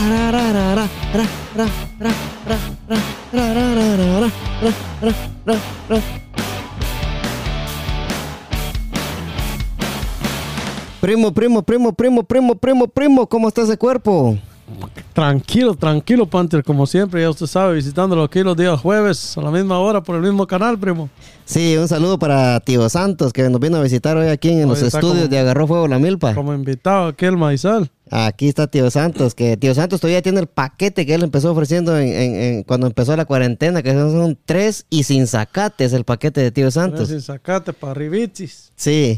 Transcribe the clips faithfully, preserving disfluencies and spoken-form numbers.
Primo, primo, primo, primo, primo, primo, primo, ¿cómo está ese cuerpo? Tranquilo, tranquilo, Panther, como siempre, ya usted sabe, visitándolo aquí los días jueves a la misma hora por el mismo canal, primo. Sí, un saludo para Tío Santos, que nos vino a visitar hoy aquí en Hoy los estudios como, de Agarró Fuego la Milpa. Como invitado aquí el Maizal. Aquí está Tío Santos, que Tío Santos todavía tiene el paquete que él empezó ofreciendo en, en, en, cuando empezó la cuarentena, que son, son tres y sin zacate, es el paquete de Tío Santos. Tres sin zacate para ribichis. Sí.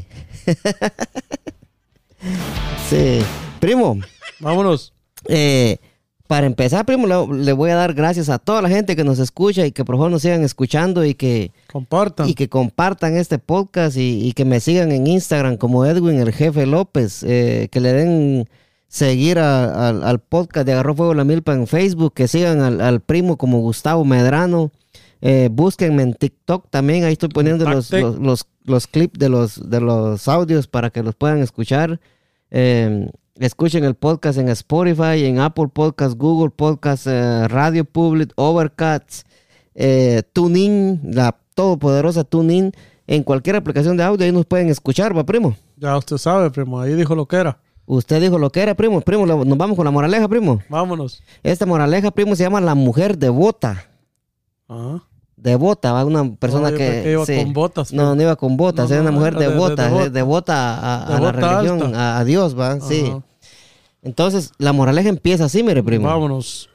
Sí. Primo. Vámonos. Eh, para empezar, primo, le, le voy a dar gracias a toda la gente que nos escucha y que por favor nos sigan escuchando y que compartan y que compartan este podcast y, y que me sigan en Instagram como Edwin el Jefe López, eh, que le den seguir a, a, al podcast de Agarró Fuego la Milpa en Facebook, que sigan al, al primo como Gustavo Medrano, eh, búsquenme en TikTok también, ahí estoy poniendo los, los, los, los clips de los, de los audios para que los puedan escuchar. eh, Escuchen el podcast en Spotify, en Apple Podcast, Google Podcast, eh, Radio Public, Overcast, eh, TuneIn, la todopoderosa TuneIn, en cualquier aplicación de audio, ahí nos pueden escuchar, ¿va, primo? Ya usted sabe, primo, ahí dijo lo que era. Usted dijo lo que era, primo. Primo, nos vamos con la moraleja, primo. Vámonos. Esta moraleja, primo, se llama la mujer devota. Ajá. Devota, ¿va? Una persona no, que... que iba sí. con botas. No, no iba con botas, no, era una no, mujer de, devota, de, de devota. devota a, a devota la religión, a, a Dios, ¿va? Ajá. Sí. Entonces, la moraleja empieza así, mire, primo. Vámonos.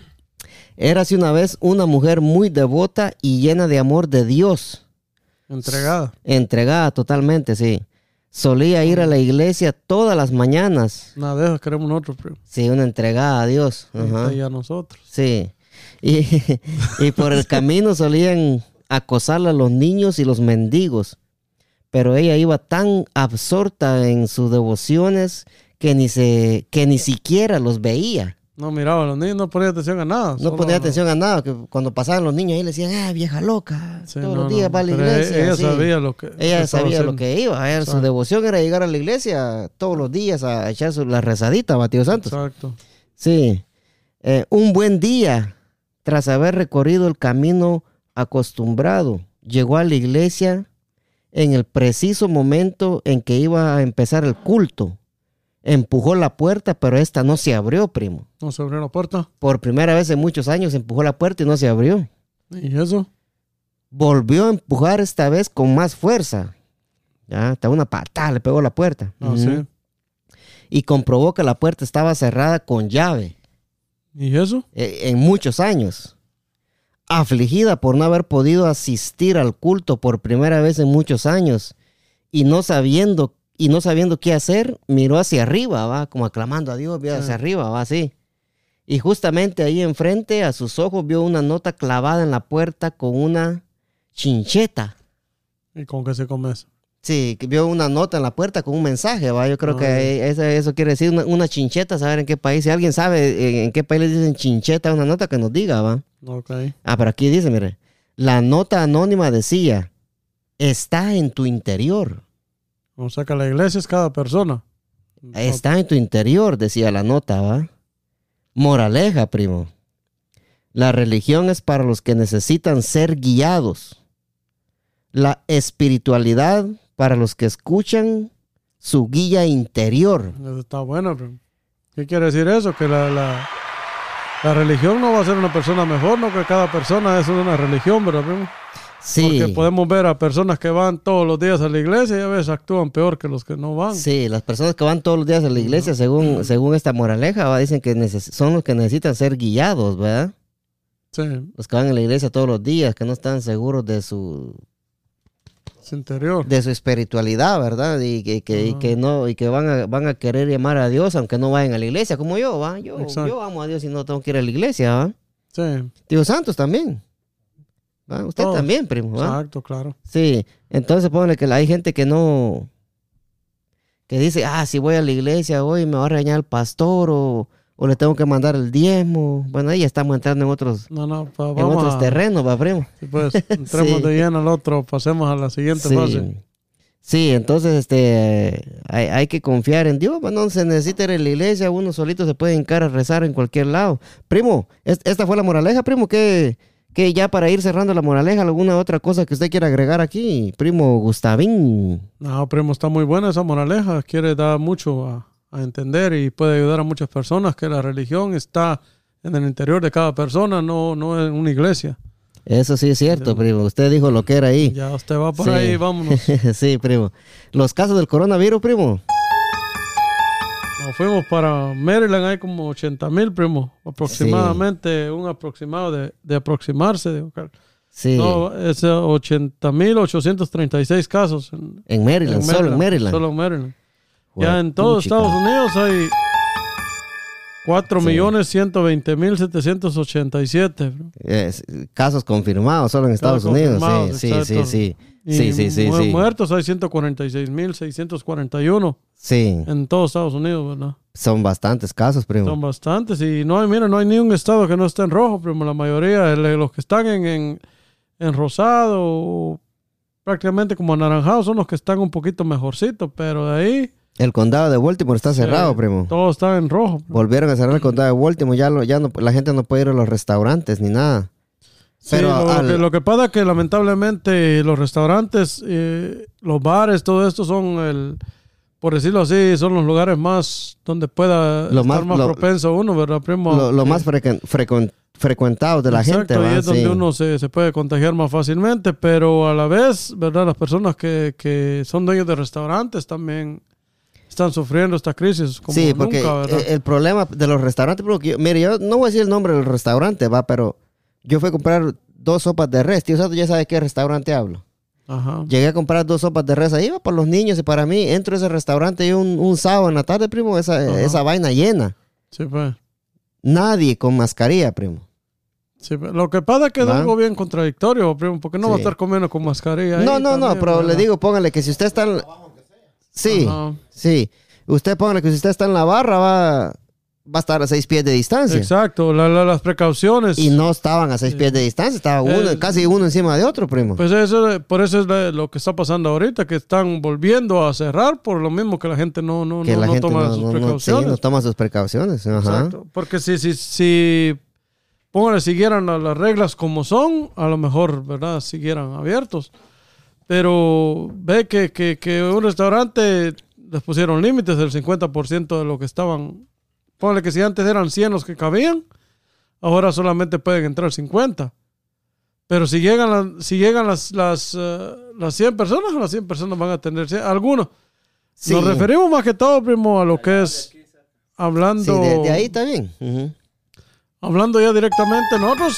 Érase una vez una mujer muy devota y llena de amor de Dios. Entregada. Entregada totalmente, sí. Solía ir a la iglesia todas las mañanas. Nada de eso queremos nosotros, primo. Sí, una entregada a Dios. Ajá. Y a nosotros. Sí. Y, y por el camino solían acosarla a los niños y los mendigos. Pero ella iba tan absorta en sus devociones que ni, se, que ni siquiera los veía. No miraba a los niños, no ponía atención a nada. No solo, ponía atención a nada. Que cuando pasaban los niños ahí le decían, ah, vieja loca. Sí, todos no, los días no, va a la pero iglesia. Ella sí. sabía lo que Ella que sabía haciendo. lo que iba. Ella, su Exacto. devoción era llegar a la iglesia todos los días a echar su, la rezadita, ¿va, Tío Santos? Exacto. Sí. Eh, un buen día, tras haber recorrido el camino acostumbrado, llegó a la iglesia en el preciso momento en que iba a empezar el culto. Empujó la puerta, pero esta no se abrió, primo. No se abrió la puerta. Por primera vez en muchos años empujó la puerta y no se abrió. ¿Y eso? Volvió a empujar esta vez con más fuerza. Ya, hasta una patada le pegó a la puerta. Ah, Ujú. sí. Y comprobó que la puerta estaba cerrada con llave. ¿Y eso? Eh, en muchos años. Afligida por no haber podido asistir al culto por primera vez en muchos años y no sabiendo y no sabiendo qué hacer, miró hacia arriba, va, como aclamando a Dios, vio hacia Sí. arriba, va, así. Y justamente ahí enfrente a sus ojos vio una nota clavada en la puerta con una chincheta. ¿Y con qué se come eso? Sí, que vio una nota en la puerta con un mensaje, va. Yo creo Ah, que eso, eso quiere decir una, una chincheta, saber en qué país. Si alguien sabe en qué país le dicen chincheta, una nota que nos diga, va. Ok. Ah, pero aquí dice, mire, la nota anónima decía, está en tu interior. O sea que la iglesia es cada persona. Está en tu interior, decía la nota, ¿va? Moraleja, primo. La religión es para los que necesitan ser guiados. La espiritualidad para los que escuchan su guía interior. Eso está bueno, primo. ¿Qué quiere decir eso? Que la, la, la religión no va a ser una persona mejor, no que cada persona es una religión, ¿verdad, primo? Sí. Porque podemos ver a personas que van todos los días a la iglesia y a veces actúan peor que los que no van. Sí, las personas que van todos los días a la iglesia, según, según esta moraleja, ¿va? Dicen que neces- son los que necesitan ser guiados, ¿verdad? Sí, Los que van a la iglesia todos los días, que no están seguros de su, es interior. de su espiritualidad, ¿verdad? Y que, que, y Ajá. que no, y que van a, van a querer llamar a Dios aunque no vayan a la iglesia, como yo, ¿va? Yo, Exacto. yo amo a Dios y no tengo que ir a la iglesia, ¿va? Sí, Tío Santos también. ¿Va? Usted Todos. también, primo, ¿va? exacto, claro. Sí, entonces póngale que hay gente que no, que dice, ah, si voy a la iglesia hoy me va a regañar el pastor o, o le tengo que mandar el diezmo. Bueno, ahí ya estamos entrando en otros, No, no, pa- en vamos otros a... terrenos, ¿va, primo? Sí, pues, entremos Sí. de lleno al otro, pasemos a la siguiente Sí. fase. Sí, entonces este hay, hay que confiar en Dios, no se necesita ir a la iglesia, uno solito se puede hincar a rezar en cualquier lado. Primo, esta fue la moraleja, primo, que, que ya para ir cerrando la moraleja, alguna otra cosa que usted quiera agregar aquí, primo Gustavín. No, primo, está muy buena esa moraleja, quiere dar mucho a, a entender y puede ayudar a muchas personas, que la religión está en el interior de cada persona, no, no en una iglesia. Eso sí es cierto, primo. Usted dijo lo que era ahí. Ya usted va por sí. ahí, vámonos. Sí, primo. Los casos del coronavirus, primo. Nos fuimos para Maryland, hay como ochenta mil, primo. Aproximadamente, sí. un aproximado de, de aproximarse. De, sí. No, es ochenta mil ochocientos treinta y seis casos. En, en, Maryland, en Maryland, solo en Maryland. Solo en Maryland. Wow, ya en todo Estados Unidos hay cuatro millones ciento veinte mil setecientos ochenta y siete. Casos confirmados solo en Estados casos Unidos. Sí, sí, sí, sí. Y sí, sí, sí, mu sí. muertos hay ciento cuarenta y seis mil seiscientos cuarenta y uno. Sí. En todos Estados Unidos, ¿verdad? Son bastantes casos, primo. Son bastantes. Y no hay, mira, no hay ni un estado que no esté en rojo, primo. La mayoría de los que están en, en, en rosado, prácticamente como anaranjado, son los que están un poquito mejorcitos. Pero de ahí... El condado de Baltimore está cerrado, sí, primo. Todo está en rojo. Primo. Volvieron a cerrar el condado de Baltimore. Ya, lo, ya no, la gente no puede ir a los restaurantes ni nada. Pero sí, lo, al... que, lo que pasa es que lamentablemente los restaurantes, eh, los bares, todo esto son el, por decirlo así, son los lugares más donde pueda lo estar más, más lo, propenso uno, ¿verdad, primo? Lo, lo más frecu frecu frecuentado de la exacto, gente, y ¿va? es donde sí. uno se, se puede contagiar más fácilmente, pero a la vez, ¿verdad? Las personas que, que son dueños de restaurantes también están sufriendo esta crisis como sí, porque nunca, ¿verdad? El, el problema de los restaurantes, porque yo, mire, yo no voy a decir el nombre del restaurante, va, pero yo fui a comprar dos sopas de res. Tío Sato ya sabe qué restaurante hablo. Ajá. Llegué a comprar dos sopas de res ahí, va, para los niños y para mí. Entro a ese restaurante y un, un sábado en la tarde, primo, esa, esa vaina llena. Sí, pues. Nadie con mascarilla, primo. Sí, lo que pasa es que ¿va? Es algo bien contradictorio, primo, porque no sí. va a estar comiendo con mascarilla. No, ahí no, también, no, pero ¿verdad? Le digo, póngale que si usted está en... Sí, ajá. sí. Usted póngale que si usted está en la barra, va, va a estar a seis pies de distancia. Exacto, la, la, las precauciones. Y no estaban a seis sí. pies de distancia, estaba uno, eh, casi uno encima de otro, primo. Pues eso, por eso es lo que está pasando ahorita, que están volviendo a cerrar por lo mismo que la gente no, no, que no, la no gente toma no, sus no, precauciones. No, sí, no toma sus precauciones. Ajá. Exacto, porque si, si, si póngale, siguieran las reglas como son, a lo mejor, ¿verdad? Siguieran abiertos. Pero ve que, que, que un restaurante les pusieron límites del cincuenta por ciento de lo que estaban. Póngale que si antes eran cien los que cabían, ahora solamente pueden entrar cincuenta. Pero si llegan, la, si llegan las, las, uh, las cien personas, las cien personas van a tener cien, algunos. Sí. Nos referimos más que todo, primo, a lo que es hablando... Sí, de, de ahí está bien. Uh-huh. Hablando ya directamente nosotros,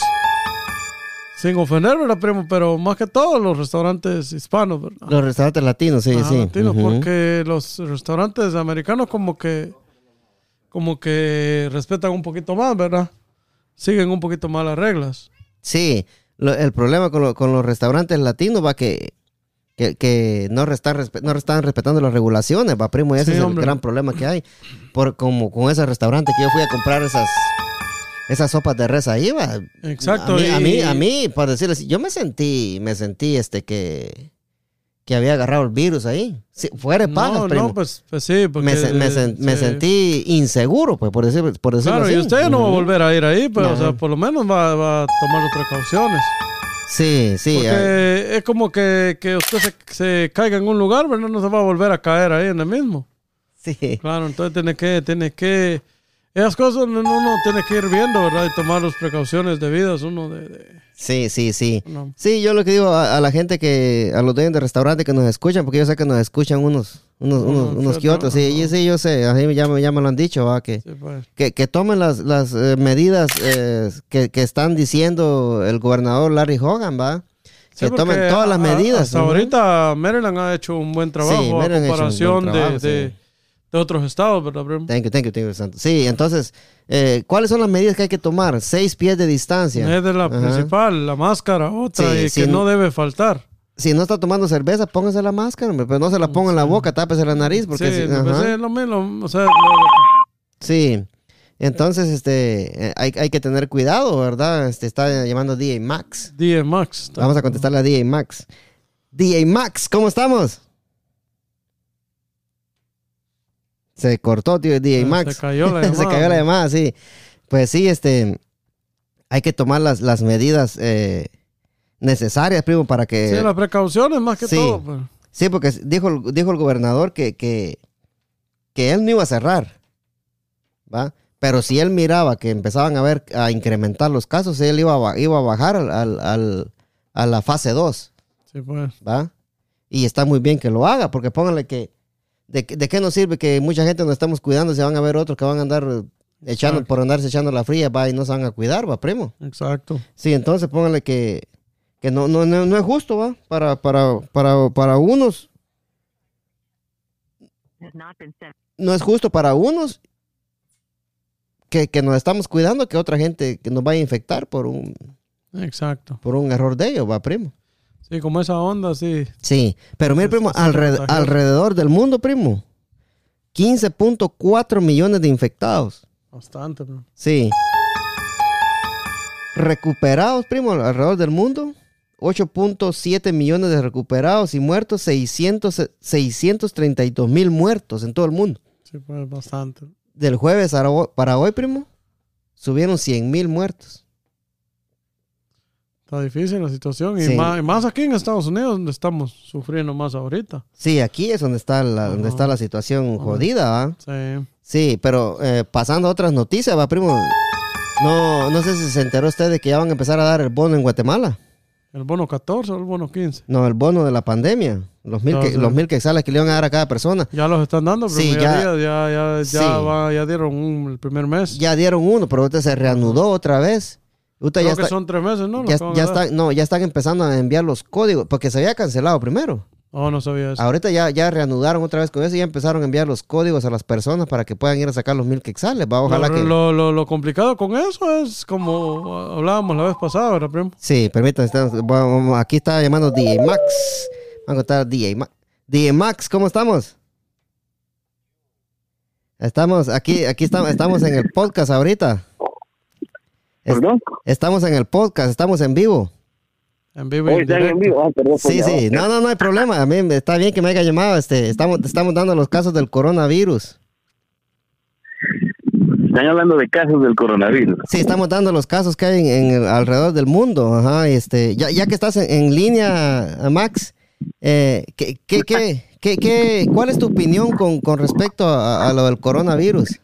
sin ofender, ¿verdad, primo? Pero más que todo los restaurantes hispanos, ¿verdad? Los restaurantes latinos, sí, Ajá, sí. latinos, uh-huh. Porque los restaurantes americanos como que como que respetan un poquito más, ¿verdad? Siguen un poquito más las reglas. Sí, lo, el problema con, lo, con los restaurantes latinos va que, que, que no, restan, no están respetando las regulaciones, va, primo, y ese sí, es hombre. El gran problema que hay. Por, como con ese restaurante que yo fui a comprar esas... Esas sopas de res ahí, va. Exacto. A mí, y... a mí, a mí, para decirles, yo me sentí, me sentí este que, que había agarrado el virus ahí. Sí, fuera de pajas, no, primo. No, pues, pues sí, porque... Me, me, sen, sí. me sentí inseguro, pues, por, decir, por decirlo claro, así. Y usted ya no uh-huh. va a volver a ir ahí, pues, uh-huh. o sea, por lo menos va, va a tomar las precauciones. Sí, sí. Porque uh-huh. es como que, que usted se, se caiga en un lugar, pero no se va a volver a caer ahí en el mismo. Sí. Claro, entonces tiene que, tiene que... Esas cosas uno, uno tiene que ir viendo, ¿verdad? Y tomar las precauciones debidas, uno de... de... Sí, sí, sí. No. Sí, yo lo que digo a, a la gente que... A los dueños de restaurantes que nos escuchan, porque yo sé que nos escuchan unos... Unos, unos, unos, unos que otros. Sí, sí, sí, yo sé. A mí ya, ya me lo han dicho, ¿va? Que, sí, pues. que, que tomen las, las eh, medidas eh, que, que están diciendo el gobernador Larry Hogan, ¿va? Sí, que tomen todas las medidas. Hasta ¿no? ahorita Maryland ha hecho un buen trabajo, sí, a comparación trabajo, de... de sí. de otros estados, ¿verdad, primo? Thank you, thank you, thank you, Santo. Sí, entonces, eh, ¿cuáles son las medidas que hay que tomar? Seis pies de distancia. Es de la Ajá. principal, la máscara, otra, sí, y si que no, no debe faltar. Si no está tomando cerveza, póngase la máscara, pero no se la ponga sí. en la boca, tápese la nariz. Porque sí, si, pues es lo mismo, o sea... Lo... Sí, entonces, este, hay, hay que tener cuidado, ¿verdad? Este, está llamando D A Max. D A Max. Vamos a contestarle a D A Max. D A Max, ¿cómo estamos? Se cortó, tío, D J Max. Se cayó la llamada. Se cayó la llamada, sí. Pues sí, este, hay que tomar las, las medidas eh, necesarias, primo, para que... Sí, las precauciones más que sí, todo. Pues. Sí, porque dijo, dijo el gobernador que, que, que él no iba a cerrar, ¿va? Pero si él miraba que empezaban a ver, a incrementar los casos, él iba a, iba a bajar al, al, al, a la fase dos. Sí, pues. ¿Va? Y está muy bien que lo haga, porque póngale que, de, de qué nos sirve que mucha gente nos estamos cuidando si van a ver otros que van a andar echando, Exacto. por andarse echando la fría, va, y no se van a cuidar, va, primo. Exacto. Sí, entonces póngale que, que no, no, no, no es justo, va, para, para, para, para unos. No es justo para unos que, que nos estamos cuidando que otra gente que nos vaya a infectar por un, Exacto. por un error de ellos, va, primo. Sí, como esa onda, sí. Sí, pero mire, primo, alred- alrededor del mundo, primo, quince punto cuatro millones de infectados. Bastante, bro. Sí. Recuperados, primo, alrededor del mundo, ocho punto siete millones de recuperados y muertos, seiscientos, seiscientos treinta y dos mil muertos en todo el mundo. Sí, pues bastante. Del jueves a ho- para hoy, primo, subieron cien mil muertos. Está difícil la situación. Sí. Y, más, y más aquí en Estados Unidos, donde estamos sufriendo más ahorita. Sí, aquí es donde está la, donde está la situación jodida, ¿va? Sí. Sí, pero eh, pasando a otras noticias, va, primo. No, no sé si se enteró usted de que ya van a empezar a dar el bono en Guatemala. ¿El bono catorce o el bono quince? No, el bono de la pandemia. Los mil, No, que, sí. los mil quetzales que le iban a dar a cada persona. Ya los están dando, pero Sí, ya, ya- ya, ya, ya, ya, sí. va- ya dieron un, el primer mes. Ya dieron uno, pero ahorita se reanudó otra vez. Ahorita Creo ya que está, son tres meses, ¿no? Los ya, que van a ya dar. están, no, ya están empezando a enviar los códigos, porque se había cancelado primero. Oh, no sabía eso. Ahorita ya, ya reanudaron otra vez con eso y ya empezaron a enviar los códigos a las personas para que puedan ir a sacar los mil quetzales. Va, ojalá lo, que... lo, lo, lo complicado con eso es como hablábamos la vez pasada, ¿verdad, primo? Sí, permítanme. estamos- vamos- Aquí está llamando D J Max. Vamos a contar D J Max. D J Max, ¿cómo estamos? Estamos aquí, aquí estamos, estamos en el podcast ahorita. Es- ¿Perdón? estamos en el podcast, estamos en vivo. En vivo y Hoy en están en directo. vivo. Ah, perdón, Sí, pues, sí, ya. no, no, no hay problema. A mí me- está bien que me haya llamado. Este, estamos, estamos dando los casos del coronavirus. Están hablando de casos del coronavirus. Sí, estamos dando los casos que hay en, en el- alrededor del mundo. Ajá, este, ya, ya que estás en, en línea, Max, eh, ¿qué, qué, qué, qué, qué- ¿cuál es tu opinión con, con respecto a, a lo del coronavirus?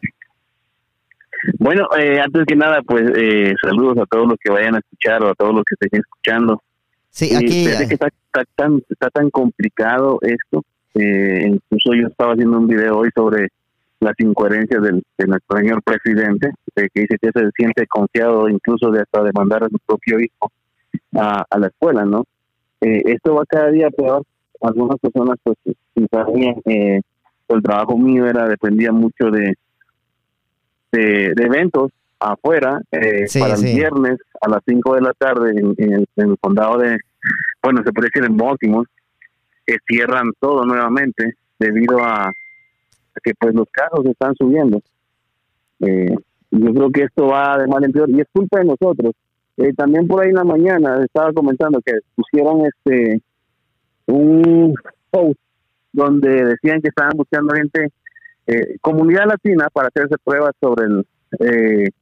Bueno, eh, antes que nada, pues eh, saludos a todos los que vayan a escuchar o a todos los que estén escuchando. Sí, Y aquí. fíjate que está, está tan está tan complicado esto. Eh, incluso yo estaba haciendo un video hoy sobre las incoherencias del, de nuestro señor presidente, eh, que dice que se siente confiado incluso de hasta demandar a su propio hijo a, a la escuela, ¿no? Eh, esto va cada día peor. Algunas personas, pues, si sabían, eh, el trabajo mío era dependía mucho de de, de eventos afuera, eh, Sí, para sí. el viernes a las cinco de la tarde en, en el, en el condado de, bueno, se puede decir en Baltimore, que cierran todo nuevamente debido a, a que pues los casos están subiendo. Eh, yo creo que esto va de mal en peor y es culpa de nosotros. Eh, también por ahí en la mañana estaba comentando que pusieron este un post donde decían que estaban buscando gente, eh, comunidad latina, para hacerse pruebas sobre el eh,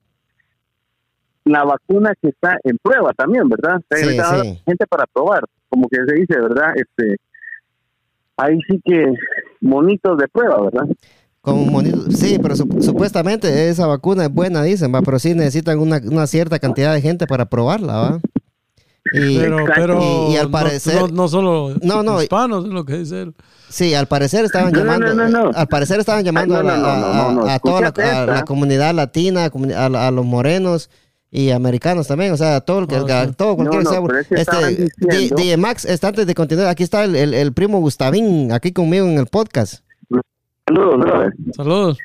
la vacuna que está en prueba también, ¿verdad? Sí, Necesitaba sí. gente para probar, como que se dice, ¿verdad? Este, ahí sí que monitos de prueba, ¿verdad? Como un monito. Sí, pero sup- supuestamente esa vacuna es buena, dicen, va, pero sí necesitan una, una cierta cantidad de gente para probarla, ¿va? Y, Pero, Exacto. pero Y- y al no- parecer- no, no solo No, no. hispanos, es lo que dice él. sí, al parecer estaban No, no, llamando, no, no, no. al parecer estaban llamando Ay, no, a, la- no, no, no, no, a- a toda la, escúchate a la esta. comunidad latina, a, comuni- a la- a los morenos y americanos también, o sea, a todo el que, Ah, a sí. todo cualquier No, no, sea, pero es que estaban este, diciendo- D- D J Max, este, antes de continuar, aquí está el, el, el primo Gustavín, aquí conmigo en el podcast. Saludos, brother. Saludos.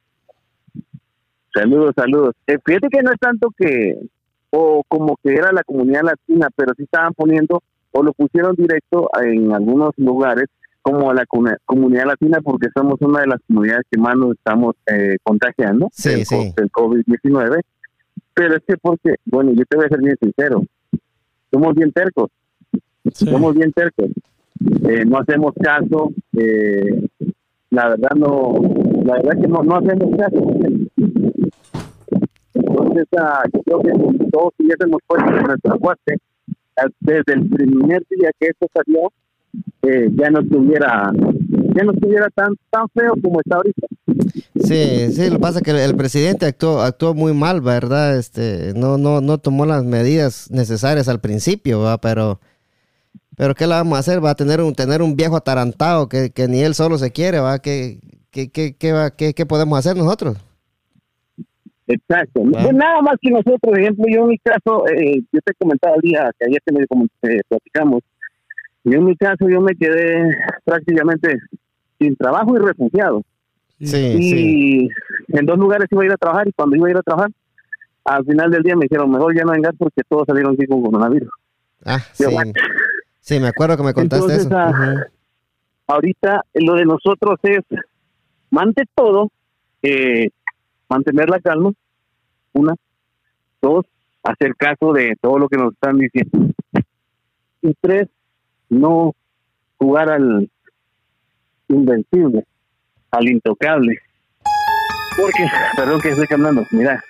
Saludos, saludos. Eh, fíjate que no es tanto que, o como que era la comunidad latina, pero sí estaban poniendo, o lo pusieron directo en algunos lugares, como la cuna- comunidad latina, porque somos una de las comunidades que más nos estamos eh, contagiando Sí, del, sí. co- del COVID diecinueve. Pero es que porque, bueno, yo te voy a ser bien sincero, somos bien tercos, Sí. somos bien tercos. Eh, no hacemos caso, eh, la verdad no, la verdad que no, no hacemos caso. Entonces, uh, yo creo que todos hubiésemos puesto nuestra parte desde el primer día que esto salió, eh, ya no estuviera ya no estuviera tan tan feo como está ahorita. Sí, sí, lo que pasa es que el, el presidente actuó actuó muy mal, ¿verdad? Este, no no no tomó las medidas necesarias al principio, ¿verdad? Pero pero qué le vamos a hacer, va a tener un tener un viejo atarantado que, que ni él solo se quiere, ¿va? ¿Qué qué qué qué, va, qué, qué podemos hacer nosotros? Exacto. Pues nada más que nosotros, por ejemplo, yo en mi caso, eh, yo te comentaba el día que ayer que me eh, platicamos, yo en mi caso yo me quedé prácticamente sin trabajo y refugiado. Sí, y sí. En dos lugares iba a ir a trabajar y cuando iba a ir a trabajar, al final del día me dijeron, mejor ya no vengas porque todos salieron aquí con coronavirus. Ah, Yo, sí. bueno. Sí, me acuerdo que me contaste Entonces, eso. Ah, uh-huh. Ahorita lo de nosotros es, ante todo, eh, mantener la calma, una, dos, hacer caso de todo lo que nos están diciendo, y tres, no jugar al invencible, al intocable, porque, perdón que estoy hablando, mira,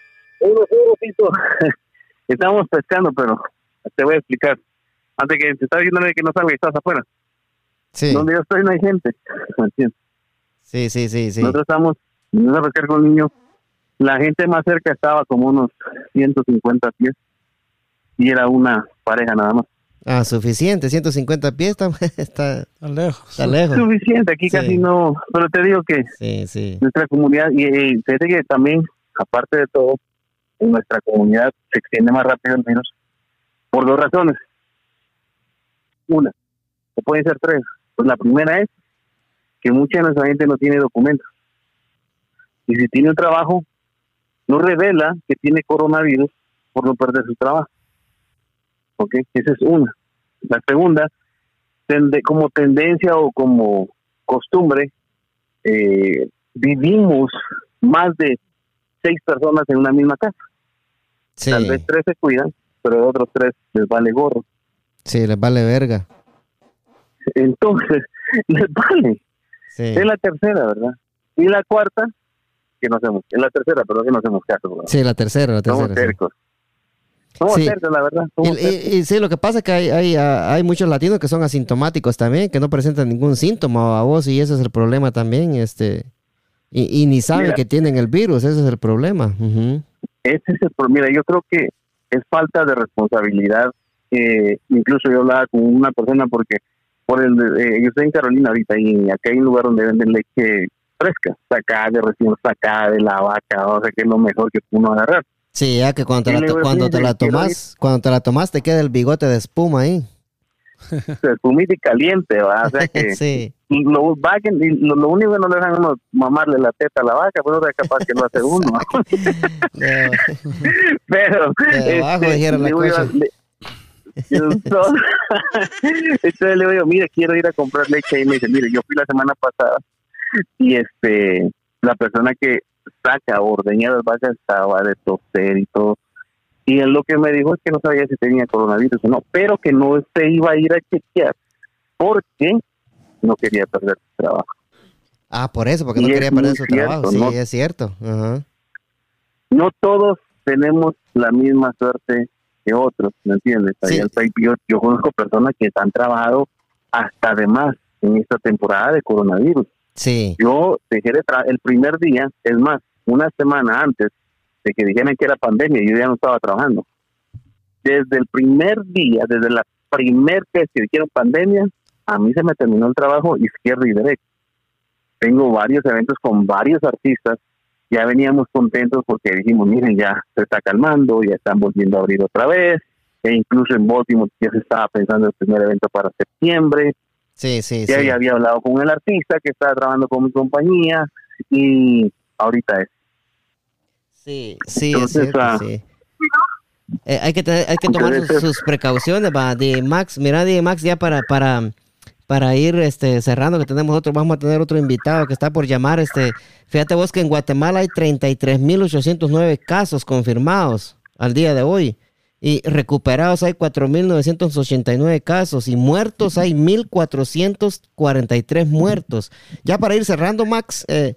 estamos pescando, pero te voy a explicar, antes que te estaba diciendo que no salga y estás afuera, sí. Donde yo estoy no hay gente, ¿me entiendes? Sí, sí, sí, sí. Nosotros estamos, vamos a pescar con niños. La gente más cerca estaba como unos ciento cincuenta pies y era una pareja nada más. Ah, suficiente, ciento cincuenta pies está, está, está lejos. Está lejos. Suficiente, aquí sí. Casi no, pero te digo que sí, sí. Nuestra comunidad, y, y fíjate que también, aparte de todo, en nuestra comunidad se extiende más rápido el virus por dos razones. Una, o pueden ser tres. Pues la primera es que mucha de nuestra gente no tiene documentos. Y si tiene un trabajo, no revela que tiene coronavirus por no perder su trabajo. ¿Ok? Esa es una. La segunda, tende, como tendencia o como costumbre, eh, vivimos más de seis personas en una misma casa. Sí. Tal vez tres se cuidan, pero a otros tres les vale gorro. Sí, les vale verga. Entonces, les vale. Sí. Es la tercera, ¿verdad? Y la cuarta, que no hacemos, es la tercera, pero que no hacemos caso, ¿verdad? Sí, la tercera, la tercera. Somos cercos. Sí. Somos sí. cercos, la verdad. Y, y, y sí, lo que pasa es que hay, hay, hay muchos latinos que son asintomáticos también, que no presentan ningún síntoma a vos, y ese es el problema también, este, y, y ni saben Mira, que tienen el virus, ese es el problema. Uh-huh. Ese es el problema. Mira, yo creo que es falta de responsabilidad. Eh, incluso yo hablaba con una persona porque por el eh, yo estoy en Carolina ahorita y acá hay un lugar donde venden leche fresca, sacada de recién sacada de la vaca, o sea que es lo mejor que uno agarrar. Sí, ya que cuando te, la, to- cuando te la tomas, cuando te la tomas te queda el bigote de espuma ahí. Espumita y caliente, ¿va? O sea que sí. lo, lo, lo único que no le dejan uno mamarle la teta a la vaca, pero no es capaz que lo hace uno. de, pero de abajo este, dijera la cosa. Entonces le digo, mire, quiero ir a comprar leche, y me dice, mire, yo fui la semana pasada y este la persona que saca o ordeña las vacas estaba de toser y todo, y él lo que me dijo es que no sabía si tenía coronavirus o no, pero que no se iba a ir a chequear porque no quería perder su trabajo. Ah, por eso, porque y no quería perder su cierto, trabajo, sí, no, es cierto. Uh-huh. No todos tenemos la misma suerte que otros, ¿me entiendes? Sí. Yo, yo conozco personas que han trabajado hasta de más en esta temporada de coronavirus. Sí. Yo dejé de tra- el primer día, es más, una semana antes de que dijeran que era pandemia, yo ya no estaba trabajando. Desde el primer día, desde la primer vez que dijeron pandemia, a mí se me terminó el trabajo izquierdo y derecho. Tengo varios eventos con varios artistas. Ya veníamos contentos porque dijimos, miren, ya se está calmando, ya están volviendo a abrir otra vez, e incluso en Baltimore ya se estaba pensando el primer evento para septiembre. Sí, sí, ya, sí. ya había hablado con el artista que estaba trabajando con mi compañía y ahorita es. Sí, sí, entonces, es cierto, uh, sí. Eh, hay que tener, hay que tomar sus, sus precauciones, va, de Max. Mira, de Max, ya para para para ir este cerrando, que tenemos otro, vamos a tener otro invitado que está por llamar. Este, fíjate vos que en Guatemala hay treinta y tres mil ochocientos nueve casos confirmados al día de hoy. Y recuperados hay cuatro mil novecientos ochenta y nueve casos y muertos hay mil cuatrocientos cuarenta y tres muertos. Ya para ir cerrando, Max, eh,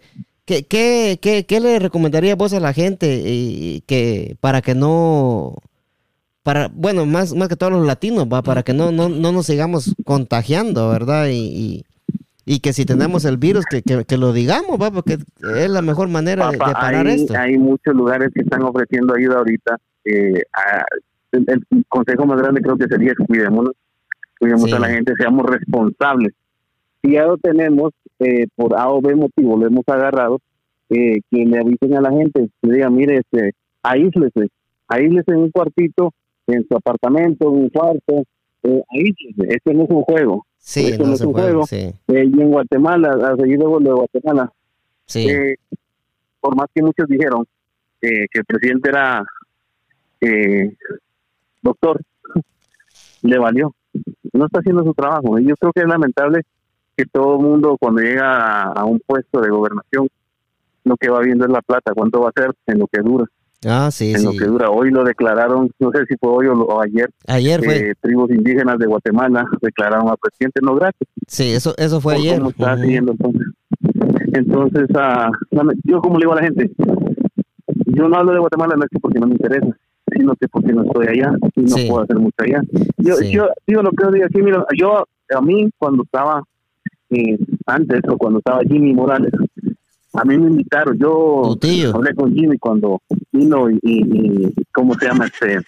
¿Qué, qué, qué, qué le recomendarías vos a la gente y, que para que no, para, bueno, más, más que todos los latinos, ¿va? Para que no, no, no nos sigamos contagiando, ¿verdad? Y, y, y que si tenemos el virus, que, que, que lo digamos, ¿va? Porque es la mejor manera de, de parar hay, esto. Hay muchos lugares que están ofreciendo ayuda ahorita. Eh, a, el, el consejo más grande creo que sería cuidémonos, cuidemos sí. a la gente, seamos responsables. Si ya lo tenemos, eh, por A o B motivo, lo hemos agarrado, eh, que le avisen a la gente, que digan, mire, este, aíslese, aíslese en un cuartito, en su apartamento, en un cuarto, eh, aíslese, este no es un juego. Sí, este no, no es un puede, juego. Sí. Eh, y en Guatemala, a seguir de lo de Guatemala, sí. eh, por más que muchos dijeron eh, que el presidente era eh, doctor, le valió. No está haciendo su trabajo. Y yo creo que es lamentable que todo el mundo cuando llega a, a un puesto de gobernación, lo que va viendo es la plata, cuánto va a ser en lo que dura. Ah, sí, en sí. lo que dura. Hoy lo declararon, no sé si fue hoy o, lo, o ayer. Ayer fue. Eh, tribus indígenas de Guatemala declararon al presidente no gratis. Sí, eso eso fue ayer. ¿Cómo está uh-huh. siguiendo entonces? Entonces, uh, yo como le digo a la gente, yo no hablo de Guatemala no es que porque no me interesa, sino que porque no estoy allá y no sí. puedo hacer mucho allá. Yo, sí. yo digo lo que yo digo aquí, mira, yo a mí cuando estaba eh, antes o cuando estaba Jimmy Morales, a mí me invitaron, yo hablé con Jimmy cuando vino y, y, y ¿cómo se llama este?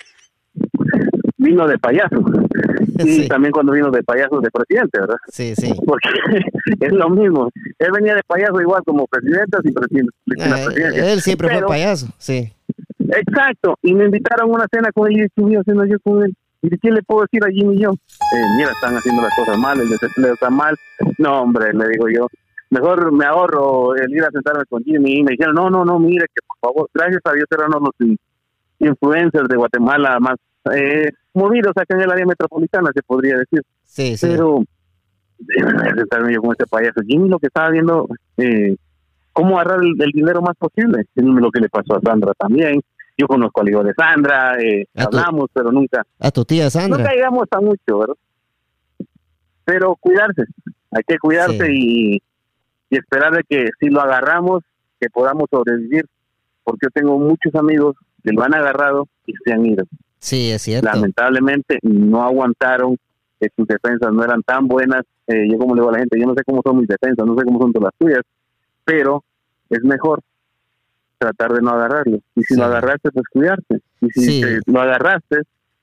Vino de payaso. Y sí. también cuando vino de payaso de presidente, ¿verdad? Sí, sí. Porque es lo mismo. Él venía de payaso igual como presidente y presidente. Eh, él siempre Pero, fue payaso, sí. Exacto. Y me invitaron a una cena con él y estuve haciendo yo con él. ¿Y qué le puedo decir a Jimmy y yo? Eh, mira, están haciendo las cosas mal, el desempleo está mal. No, hombre, le digo yo. Mejor me ahorro el ir a sentarme con Jimmy. Y me dijeron, no, no, no, mire, que por favor, gracias a Dios eran los influencers de Guatemala más eh, movidos acá en el área metropolitana, se podría decir. Sí, sí. Pero, déjame sentarme yo con este payaso. Jimmy lo que estaba viendo, eh, cómo agarrar el, el dinero más posible. Es lo que le pasó a Sandra también. Yo conozco al hijo de Sandra, eh, hablamos, tu, pero nunca. A tu tía Sandra. Nunca llegamos a mucho, ¿verdad? Pero cuidarse, hay que cuidarse sí. y y esperar de que si lo agarramos, que podamos sobrevivir, porque yo tengo muchos amigos que lo han agarrado y se han ido. Sí, es cierto. Lamentablemente no aguantaron, que sus defensas no eran tan buenas. Eh, yo como le digo a la gente, yo no sé cómo son mis defensas, no sé cómo son todas las tuyas, pero es mejor tratar de no agarrarlo. Y si sí. lo agarraste, pues cuidarte. Y si sí. te, lo agarraste,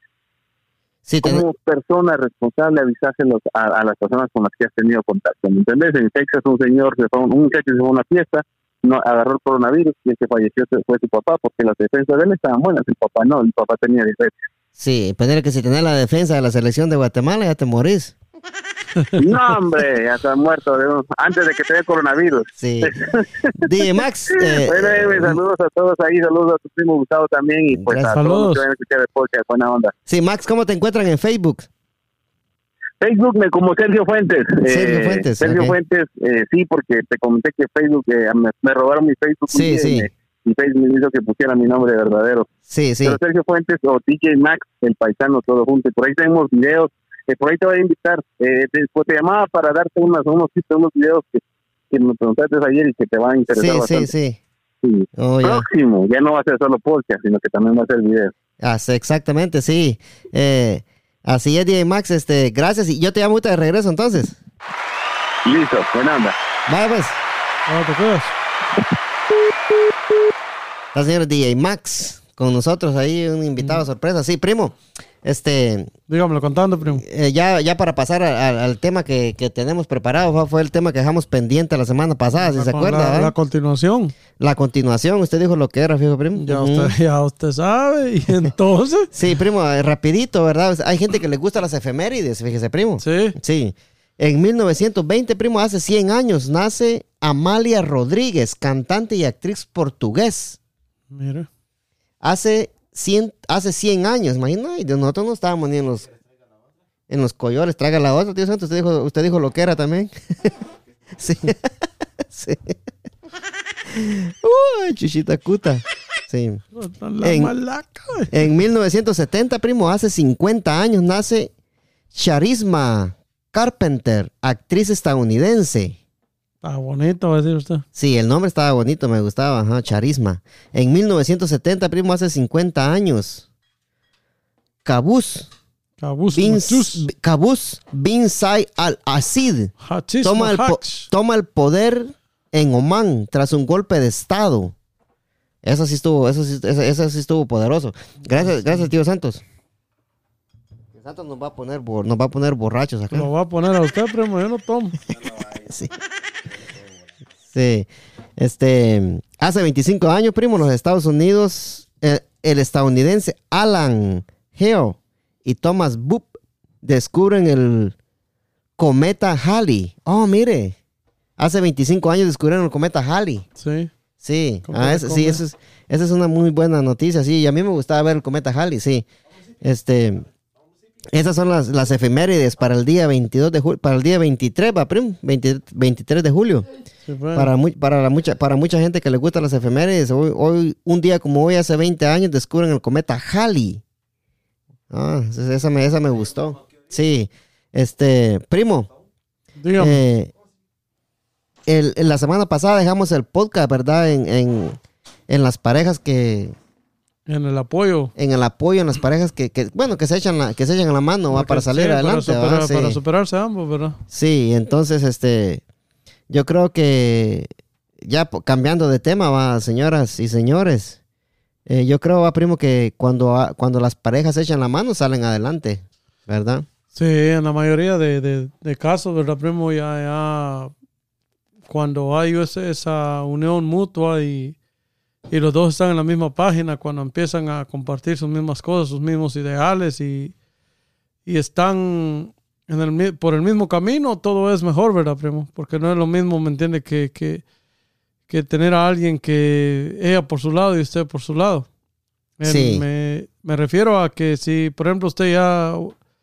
Sí, como ten... persona responsable avisárselo a, a las personas con las que has tenido contacto, ¿me entendés? En Texas un señor, se fue, un muchacho se fue a una fiesta, no agarró el coronavirus y el que falleció fue su papá porque las defensas de él estaban buenas, el papá no, el papá tenía defensa. Sí, pero que si tenés la defensa de la selección de Guatemala ya te morís. No, hombre, ya estás muerto de un, antes de que te dé coronavirus. Sí. D J Max. Eh, bueno, eh, saludos a todos ahí, saludos a tu primo Gustavo también y pues gracias. A todos los que van a escuchar el podcast, buena onda. Sí, Max, ¿cómo te encuentran en Facebook? Facebook me como Sergio Fuentes. Sergio eh, Fuentes. Sergio okay. Fuentes, eh, sí, porque te comenté que Facebook, eh, me, me robaron mi Facebook. Sí, y, sí. Me, mi Facebook me hizo que pusiera mi nombre verdadero. Sí, sí. Pero Sergio Fuentes o D J Max, el paisano, todo junto. Por ahí tenemos videos. Eh, por ahí te voy a invitar. Eh, te, pues te llamaba para darte unas, unos tips, unos videos que, que me preguntaste ayer y que te van a interesar sí, bastante. Sí, sí, sí. Oh, Próximo, ya. ya no va a ser solo podcast, sino que también va a ser video. Ah, sí, exactamente, sí. Eh, así es, D J Max. Este, gracias. Y yo te llamo de regreso, entonces. Listo, buena onda. Vaya, pues. Ah, te cuidas. Está el señor D J Max con nosotros ahí, un invitado mm. sorpresa. Sí, primo. Este, dígamelo contando, primo. Eh, ya, ya para pasar a, a, al tema que, que tenemos preparado, fue el tema que dejamos pendiente la semana pasada, si la, se acuerda. La, la continuación. La continuación, usted dijo lo que era, fijo, primo. Ya, uh-huh. usted, ya usted sabe, y entonces. Sí, primo, eh, rapidito, ¿verdad? Hay gente que le gusta las efemérides, fíjese, primo. Sí. Sí. En mil novecientos veinte, primo, hace cien años, nace Amalia Rodríguez, cantante y actriz portugués. Mira. Hace cien, hace cien años, imagínate, nosotros no estábamos ni en los en los coyoles, traiga la otra, tío Santos, usted dijo, usted dijo lo que era también. Sí. Sí. Uy, chichita cuta. Sí. En, en mil novecientos setenta, primo, hace cincuenta años, nace Charisma Carpenter, actriz estadounidense. Está bonito, va a decir usted. Sí, el nombre estaba bonito, me gustaba, ajá, Charisma. En mil novecientos setenta, primo, hace cincuenta años, Qaboos Qaboos bin, Machus. Qaboos bin Said al-Aziz Hachis toma el, po- Mahach. toma el poder en Omán tras un golpe de estado. Eso sí estuvo, eso sí, eso, eso sí estuvo poderoso. Gracias, gracias, tío Santos. Tío Santos nos va a poner, bor- nos va a poner borrachos acá. Lo va a poner a usted, primo. Yo no tomo. Sí. Sí. Este, hace veinticinco años, primo, en los Estados Unidos, el, el estadounidense Alan Hale y Thomas Boop descubren el cometa Halley. Oh, mire. Hace veinticinco años descubrieron el cometa Halley. Sí. Sí, ¿Cómo ah, se ese- come? sí, eso es, esa es una muy buena noticia, sí, y a mí me gustaba ver el cometa Halley, sí. Este, esas son las, las efemérides para el día veintidós de julio, para el día veintitrés, va, primo, veinte veintitrés de julio. Sí, bueno. Para, mu- para, la mucha, para mucha gente que le gustan las efemérides, hoy, hoy, un día como hoy, hace veinte años, descubren el cometa Halley. Ah, esa, esa me, esa me gustó. Sí, este, primo, Dígame. eh, el, en la semana pasada dejamos el podcast, ¿verdad? En, en, en las parejas que, En el apoyo. en el apoyo en las parejas que, que bueno, que se echan la, que se echan la mano, ¿va? Porque Para salir sí, adelante, Para, ¿va? superar- Sí. para superarse ambos, ¿verdad? Sí, entonces, este, yo creo que ya po- cambiando de tema, va, señoras y señores, eh, yo creo, va, primo, que cuando, a- cuando las parejas se echan la mano salen adelante, ¿verdad? Sí, en la mayoría de, de, de casos, ¿verdad, primo? Ya, ya cuando hay ese- esa unión mutua y, y los dos están en la misma página, cuando empiezan a compartir sus mismas cosas, sus mismos ideales y, y están en el, mi- por el mismo camino, todo es mejor, ¿verdad, primo? Porque no es lo mismo, ¿me entiende? Que, que, que tener a alguien que ella por su lado y usted por su lado. En- Sí. Me, me refiero a que si, por ejemplo, usted ya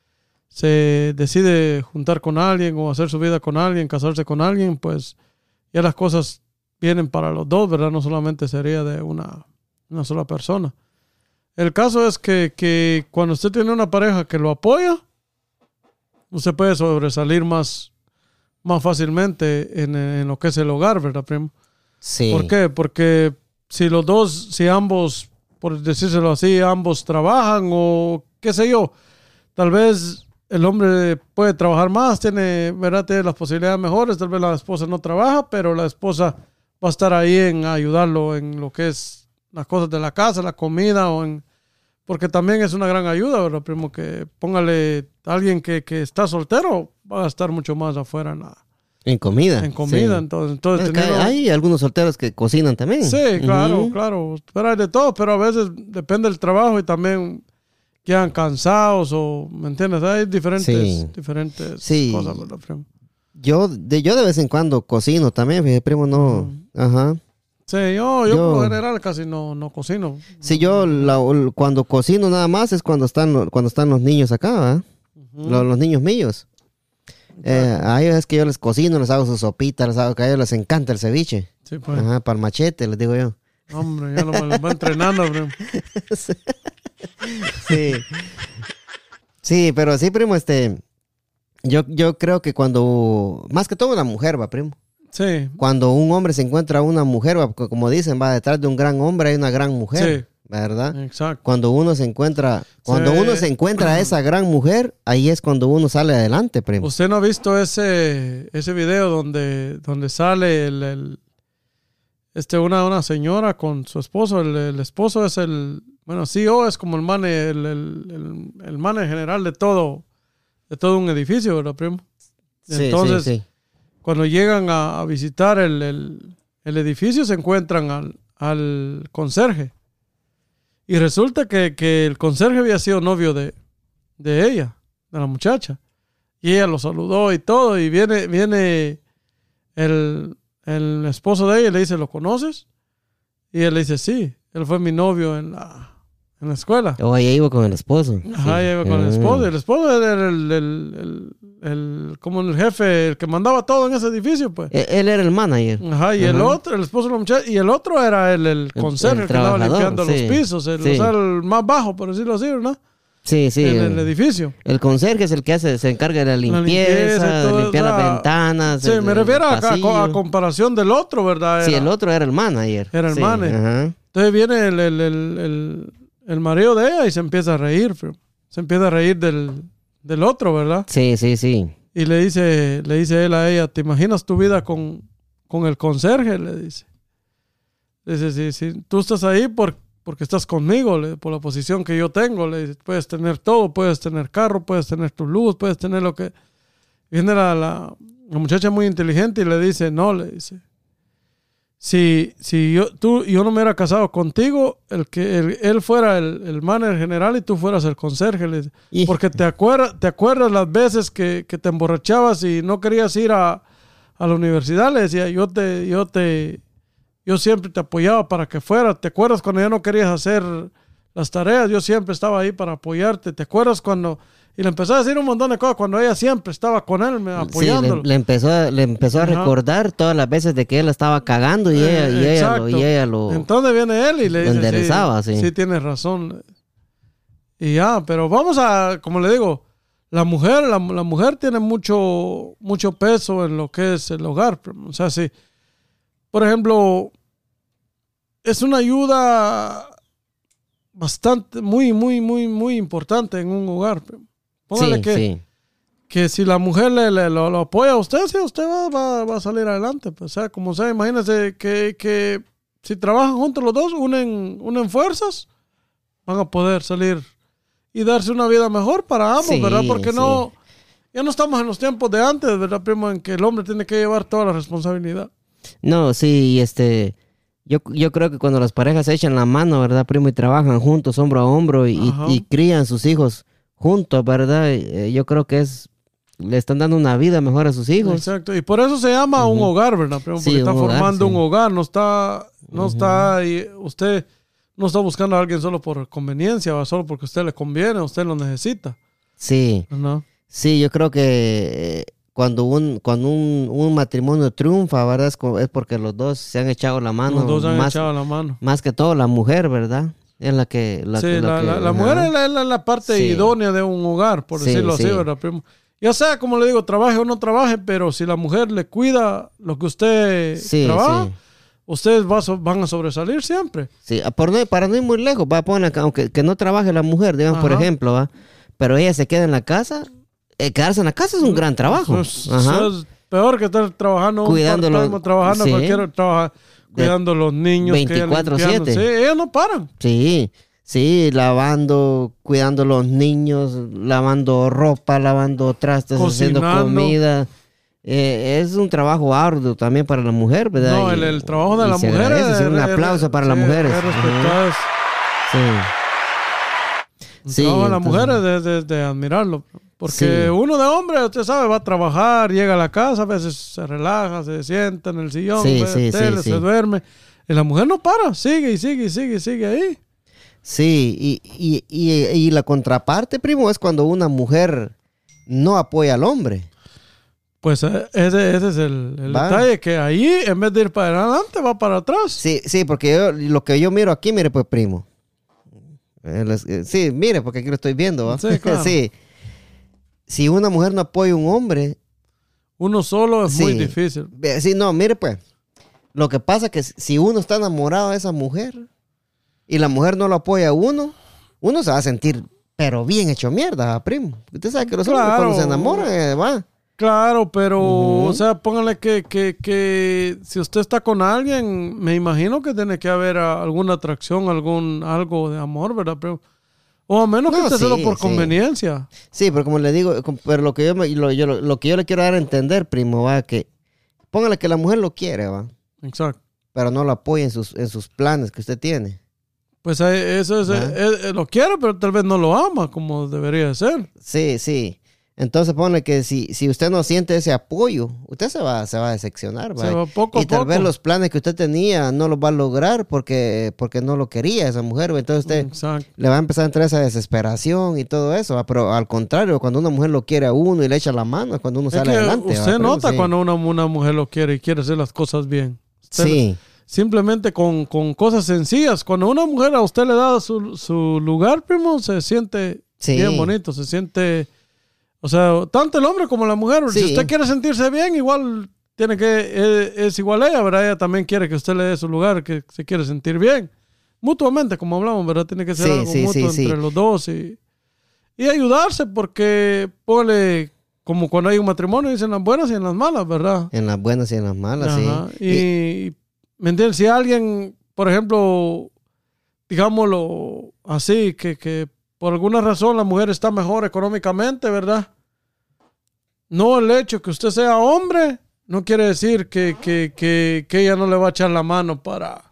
se decide juntar con alguien o hacer su vida con alguien, casarse con alguien, pues ya las cosas vienen para los dos, ¿verdad? No solamente sería de una, una sola persona. El caso es que, que cuando usted tiene una pareja que lo apoya, usted puede sobresalir más, más fácilmente en, en lo que es el hogar, ¿verdad, primo? Sí. ¿Por qué? Porque si los dos, si ambos, por decírselo así, ambos trabajan o qué sé yo, tal vez el hombre puede trabajar más, tiene, ¿verdad? Tiene las posibilidades mejores, tal vez la esposa no trabaja, pero la esposa va a estar ahí en ayudarlo en lo que es las cosas de la casa, la comida, o en, porque también es una gran ayuda, ¿verdad, primo? Que póngale a alguien que, que está soltero, va a estar mucho más afuera en, la, En comida. en comida, sí. entonces, entonces Es que hay, teniendo- hay algunos solteros que cocinan también. Sí, claro, Ujú. claro. Pero hay de todo, pero a veces depende del trabajo y también quedan cansados o, ¿me entiendes? Hay diferentes, Sí. diferentes Sí. cosas, ¿verdad, primo? Yo de, yo de vez en cuando cocino también, fíjate, primo, no. Ajá. Sí, yo, yo, Yo- por lo general casi no, no cocino. Sí, yo la- cuando cocino nada más es cuando están, lo- cuando están los niños acá, ¿verdad? Ujú. Los, los niños míos. Eh, a ellos es que yo les cocino, les hago su sopita, les hago que a ellos les encanta el ceviche. Sí, pues. Ajá, para el machete, les digo yo. Hombre, ya lo, lo va entrenando, primo. Sí. Sí, pero sí, primo, este. Yo, yo creo que cuando. Más que todo la mujer, va, primo. Sí, Cuando un hombre se encuentra a una mujer, va, co- como dicen, va detrás de un gran hombre hay una gran mujer. Sí. ¿Verdad? exacto. Cuando uno se encuentra, cuando Sí. uno se encuentra a esa gran mujer, ahí es cuando uno sale adelante, primo. ¿Usted no ha visto ese, ese video donde, donde sale el, el- este, una, una señora con su esposo? El, el esposo es el, bueno, C E O es como el man, el, el, el, el man general de todo, de todo un edificio, ¿verdad, primo? Sí, Entonces, sí, sí. cuando llegan a, a visitar el, el, el edificio, se encuentran al, al conserje. Y resulta que, que el conserje había sido novio de, de ella, de la muchacha. Y ella lo saludó y todo. Y viene, viene el, el esposo de ella y le dice, ¿lo conoces? Y él le dice, sí, él fue mi novio en la, en la escuela. O ella iba con el esposo. Ajá, Sí. ella iba con el Ah. esposo. Y el esposo era el, el, el, el, el- como el jefe, el que mandaba todo en ese edificio, pues. E- Él era el manager. Ajá, y el Ajá. otro, el esposo de la muchacha, y el otro era el, el conserje, el el que andaba trabajador, limpiando sí, los pisos, el, sí. o sea, el más bajo, por decirlo así, ¿verdad? Sí, sí. en el, el edificio. El conserje es el que hace, se encarga de la limpieza, La limpieza y todo, de limpiar o sea, las ventanas. Sí, el, me refiero el a, a, a comparación del otro, ¿verdad? Era, sí, el otro era el manager. Era el sí, manager. Ajá. Entonces viene el, el, el, el, el marido de ella y se empieza a reír, pero se empieza a reír del, del otro, ¿verdad? Sí, sí, sí. Y le dice, le dice él a ella, ¿te imaginas tu vida con, con el conserje? Le dice. Dice, si, si tú estás ahí por, porque estás conmigo, le, por la posición que yo tengo, le dice, puedes tener todo, puedes tener carro, puedes tener tu luz, puedes tener lo que... Viene la, la, la muchacha muy inteligente y le dice, no, le dice, si, si yo, tú, yo no me hubiera casado contigo, el que el, él fuera el, el manager general y tú fueras el conserje, le dice, Y- porque te acuerdas, te acuerdas las veces que, que te emborrachabas y no querías ir a, a la universidad, le decía, yo te, yo te, yo siempre te apoyaba para que fueras. ¿Te acuerdas cuando ya no querías hacer las tareas? Yo siempre estaba ahí para apoyarte. ¿Te acuerdas cuando...? Y le empezó a decir un montón de cosas cuando ella siempre estaba con él, me- Sí, apoyándolo. le, le empezó, a- le empezó a Ajá. recordar todas las veces de que él estaba cagando y ella, y Eh, ella, lo, y exacto. ella lo... Entonces viene él y le lo dice, enderezaba, sí, sí. sí, tienes razón. Y ya, pero vamos a, como le digo, la mujer, la, la mujer tiene mucho, mucho peso en lo que es el hogar. O sea, sí, por ejemplo, es una ayuda bastante, muy, muy, muy, muy importante en un hogar. Póngale sí, que, sí. que si la mujer le, le- lo, lo apoya a usted, sí, usted va, va, va a salir adelante. Pues, o sea, como sea, imagínese que, que si trabajan juntos los dos, unen, unen fuerzas, van a poder salir y darse una vida mejor para ambos, Sí, ¿verdad? Porque sí. no, ya no estamos en los tiempos de antes, ¿verdad, primo? En que el hombre tiene que llevar toda la responsabilidad. No, sí, y este... Yo, yo creo que cuando las parejas se echan la mano, ¿verdad, primo? Y trabajan juntos, hombro a hombro, y, Ajá. y crían sus hijos juntos, ¿verdad? Eh, yo creo que es... Le están dando una vida mejor a sus hijos. Exacto. Y por eso se llama un hogar, ¿verdad, primo? Porque Sí, está un hogar, formando sí. un hogar, no está, no está ahí, usted no está buscando a alguien solo por conveniencia, o solo porque a usted le conviene, a usted lo necesita. Sí, ¿No? sí, yo creo que eh, cuando un cuando un, un matrimonio triunfa, ¿verdad? Es, co- es porque los dos se han echado la mano. Los dos han más, echado la mano. más que todo la mujer, ¿verdad? Es la que... La, sí, que- la, que- la, la ajá. mujer es la, la- la parte Sí. idónea de un hogar, por Sí, decirlo así, sí. ¿verdad, primo? Ya sea, como le digo, trabaje o no trabaje, pero si la mujer le cuida lo que usted Sí, trabaja, sí. ustedes va a so- van a sobresalir siempre. Sí, ah, por no, para no ir muy lejos, va a poner, aunque que no trabaje la mujer, digamos, por Ajá. ejemplo, ¿va? Pero ella se queda en la casa, eh, quedarse en la casa es un gran trabajo. Eso es, Ajá. eso es peor que estar trabajando, Cuidando un los- part-time, trabajando sí. cualquier trabajo, cuidando los niños. que ella veinticuatro limpiando. siete. Sí, ellos no paran. Sí, sí, lavando, cuidando los niños, lavando ropa, lavando trastes, haciendo Cocinando. comida. Eh, es un trabajo arduo también para la mujer, ¿verdad? No, Y- el, el trabajo de y la se mujer agradece, es, sí, un es- aplauso para sí, las mujeres. es Ujú. respetado, es- Sí. El Sí, trabajo de las entonces- mujeres es de, de admirarlo. Porque Sí. uno de hombre, usted sabe, va a trabajar, llega a la casa, a veces se relaja, se sienta en el sillón, Sí, ve sí, tele, sí, se sí. duerme. Y la mujer no para, sigue y sigue y sigue y sigue ahí. Sí, y, y, y, y la contraparte, primo, es cuando una mujer no apoya al hombre. Pues eh, ese, ese es el, el Va. detalle, que ahí en vez de ir para adelante, va para atrás. Sí, sí, porque yo, lo que yo miro aquí, mire, pues, primo. Eh, les- eh, sí, mire, porque aquí lo estoy viendo, ¿va? Sí, claro. Sí. Si una mujer no apoya a un hombre, Uno solo es muy Sí. difícil. ve- sí, no, mire, pues. Lo que pasa es que si uno está enamorado de esa mujer y la mujer no lo apoya a uno, uno se va a sentir, pero bien hecho mierda, ¿va, primo? Usted sabe que los hombres Claro. cuando se enamoran, eh, va. Claro, pero, Ujú. o sea, póngale que, que, que si usted está con alguien, me imagino que tiene que haber ah, alguna atracción, algún algo de amor, ¿verdad? Pero, o a menos que No, esté solo sí, por sí. conveniencia. Sí, pero como le digo, com- pero lo que yo, me- lo, yo, lo que yo le quiero dar a entender, primo, va, que póngale que la mujer lo quiere, va, Exacto. pero no lo apoya en sus, en sus planes que usted tiene. Pues eh, eso es, Ah. eh, eh, lo quiere, pero tal vez no lo ama como debería de ser. Sí, sí. Entonces póngale que si, si usted no siente ese apoyo, usted se va, se va a decepcionar, va. Se va poco y a tal poco. vez los planes que usted tenía no los va a lograr porque, porque no lo quería esa mujer, va. Entonces usted Exacto. le va a empezar a entrar esa desesperación y todo eso, va. Pero al contrario, cuando una mujer lo quiere a uno y le echa la mano, es cuando uno Es sale que adelante. va, usted primo, nota sí. cuando una, una mujer lo quiere y quiere hacer las cosas bien. Usted- Sí, Simplemente con, con cosas sencillas. Cuando una mujer a usted le da su, su lugar, primo, se siente, Sí. Bien bonito, se siente... O sea, tanto el hombre como la mujer. Sí. Si usted quiere sentirse bien, igual tiene que... Es, es igual a ella, ¿verdad? Ella también quiere que usted le dé su lugar, que se quiere sentir bien. Mutuamente, como hablamos, ¿verdad? Tiene que ser Sí, algo sí, mutuo sí, entre sí. los dos y, y ayudarse, porque póngale, como cuando hay un matrimonio, dicen las buenas y en las malas, ¿verdad? En las buenas y en las malas, Ajá. sí. Y, ¿me entiendes? Si alguien, por ejemplo, digámoslo así, que, que por alguna razón la mujer está mejor económicamente, ¿verdad? No el hecho que usted sea hombre, no quiere decir que, que, que, que ella no le va a echar la mano para...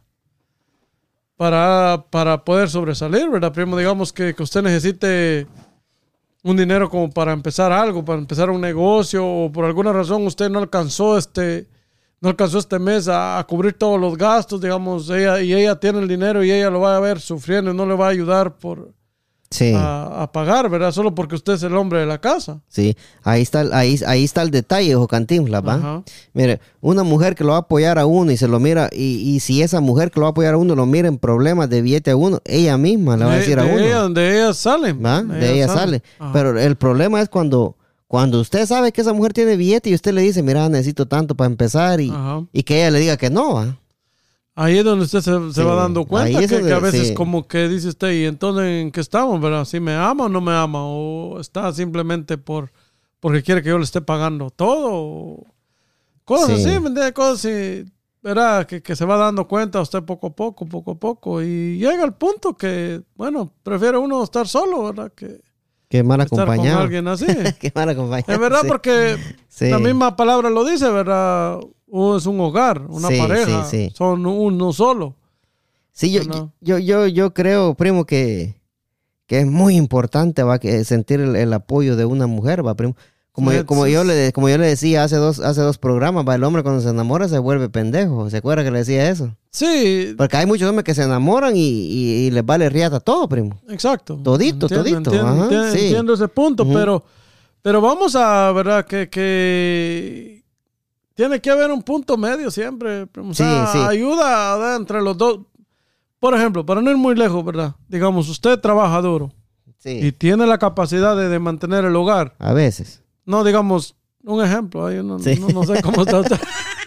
Para, para poder sobresalir, ¿verdad? Primo, digamos que, que usted necesite un dinero como para empezar algo, para empezar un negocio, o por alguna razón usted no alcanzó este, no alcanzó este mes a, a cubrir todos los gastos, digamos, ella, y ella tiene el dinero y ella lo va a ver sufriendo y no le va a ayudar por, Sí. a, a pagar, ¿verdad? Solo porque usted es el hombre de la casa. Sí, ahí está, el- ahí, ahí está el detalle, ojo Cantinflas, ¿va? Ajá. Mire, una mujer que lo va a apoyar a uno y se lo mira, y, y si esa mujer que lo va a apoyar a uno lo mira en problemas de billete a uno, ella misma le va a De- decir a de uno. ella, de ella salen. ¿Va? De ella sale. Ajá. Pero el problema es cuando, cuando usted sabe que esa mujer tiene billete y usted le dice, mira, necesito tanto para empezar, y, Ajá. y que ella le diga que no, ¿va? Ahí es donde usted se, se Sí, va dando cuenta ahí que, es donde- que a veces sí. como que dice usted, ¿y entonces en qué estamos, verdad? ¿Si me ama o no me ama? ¿O está simplemente por porque quiere que yo le esté pagando todo? O cosas Sí. así, ¿me entiende? Cosas así, ¿verdad? Que, que se va dando cuenta usted poco a poco, poco a poco. Y llega el punto que, bueno, prefiere uno estar solo, ¿verdad? Que Qué mal estar con acompañado. alguien así. Qué mal acompañado. Es verdad, sí. porque Sí. la misma palabra lo dice, ¿verdad? Uno es un hogar, una Sí, pareja, sí, sí. son uno solo. Sí, yo, ¿no? yo, yo, yo creo, primo, que, que es muy importante, va, que sentir el, el apoyo de una mujer, va, primo. Como, Sí, yo, como, sí. yo le, como yo le decía hace dos, hace dos programas, va, el hombre cuando se enamora se vuelve pendejo. ¿Se acuerda que le decía eso? Sí, Porque hay muchos hombres que se enamoran y, y, y les vale riata todo, primo. exacto. Todito, todito, Entiendo, ajá, entiendo, sí. entiendo ese punto, Ujú. pero, pero vamos a, ¿verdad? Que, que tiene que haber un punto medio siempre. O sea, Sí, sí. ayuda ¿verdad? Entre los dos. Por ejemplo, para no ir muy lejos, ¿verdad? Digamos, usted trabaja duro Sí, y tiene la capacidad de, de mantener el hogar. a veces. No, digamos, un ejemplo. Ahí no, Sí. no, no sé cómo está usted.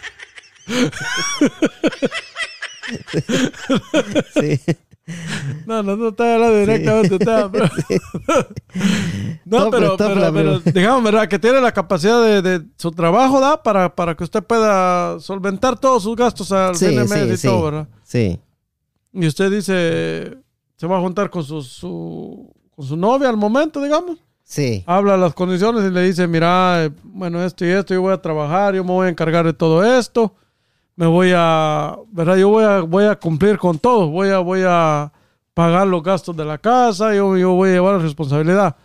Sí. No, no, no está hablando directamente. Está, pero... no, Sopla, pero, sopla, pero, pero primo. digamos, ¿verdad? Que tiene la capacidad de, de su trabajo, ¿da? Para, para que usted pueda solventar todos sus gastos al Sí, fin de sí, mes y sí. todo, ¿verdad? Sí. Y usted dice, se va a juntar con su, su, con su novia al momento, digamos. Sí. Habla las condiciones y le dice, mira, eh, bueno, esto y esto, yo voy a trabajar, yo me voy a encargar de todo esto. Me voy a, ¿verdad? Yo voy a, voy a cumplir con todo. Voy a, voy a pagar los gastos de la casa. Yo, yo voy a llevar la responsabilidad.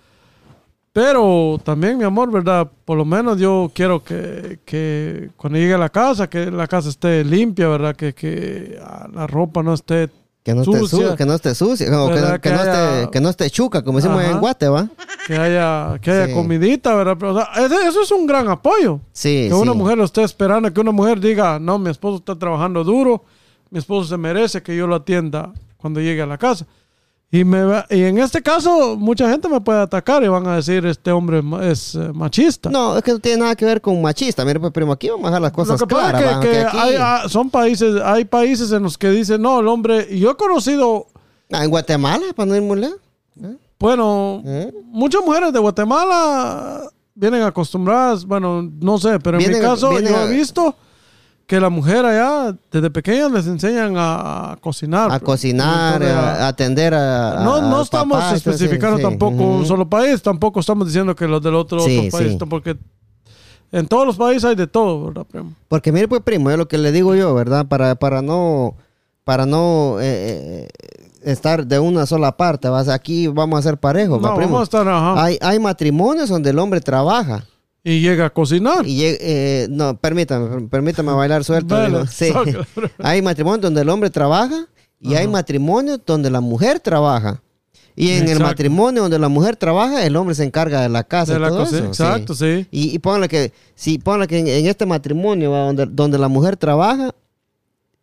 Pero también, mi amor, ¿verdad? Por lo menos yo quiero que, que cuando llegue a la casa, que la casa esté limpia, ¿verdad? Que, que ah, la ropa no esté Que no esté sucia. sucia, que no esté sucia, o que, ¿Verdad? no- que Que no haya- esté, que no esté chuca, como decimos Ajá. en Guate, ¿va? que haya, que haya Sí. comidita, ¿verdad? Pero, o sea, ese- eso es un gran apoyo. Sí, Que una sí. mujer lo esté esperando, que una mujer diga, no, mi esposo está trabajando duro, mi esposo se merece que yo lo atienda cuando llegue a la casa. Y, me, va- y en este caso, mucha gente me puede atacar y van a decir, este hombre ma- es eh, machista. No, es que no tiene nada que ver con machista. Mire, pues, primo, aquí vamos a dejar las Lo cosas que pasa claras. es ¿va? que, que aquí- hay, ah, son países, hay países en los que dicen, no, el hombre, y yo he conocido, Ah, en Guatemala, para no ir muy lejos. bueno, ¿Eh? muchas mujeres de Guatemala vienen acostumbradas, bueno, no sé, pero en Vienen mi a- caso vienen yo a- he visto que la mujer allá desde pequeñas les enseñan a, a cocinar. A pues. cocinar, Entonces, a, a atender a. no, a- no al estamos papá, entonces, especificando sí. tampoco Ujú. un solo país, tampoco estamos diciendo que los del otro, Sí, otro país, sí. porque en todos los países hay de todo, ¿verdad, primo? Porque mire, pues, primo, es lo que le digo yo, ¿verdad? Para, para no, para no eh, eh, estar de una sola parte, ¿va? O sea, aquí vamos a ser parejos, ¿va, No, primo? vamos a estar, ajá. Hay, hay matrimonios donde el hombre trabaja. Y llega a cocinar. Y llega- eh, no, permítame, permítame bailar suelto. Dale, digo. Sí. sácalo. Hay matrimonios donde el hombre trabaja y hay Ajá. matrimonios donde la mujer trabaja. Y en el Exacto. matrimonio donde la mujer trabaja, el hombre se encarga de la casa De y la todo cocina, eso. exacto, sí. Y, y ponle que, si ponle que en, en este matrimonio ¿va? donde, donde la mujer trabaja,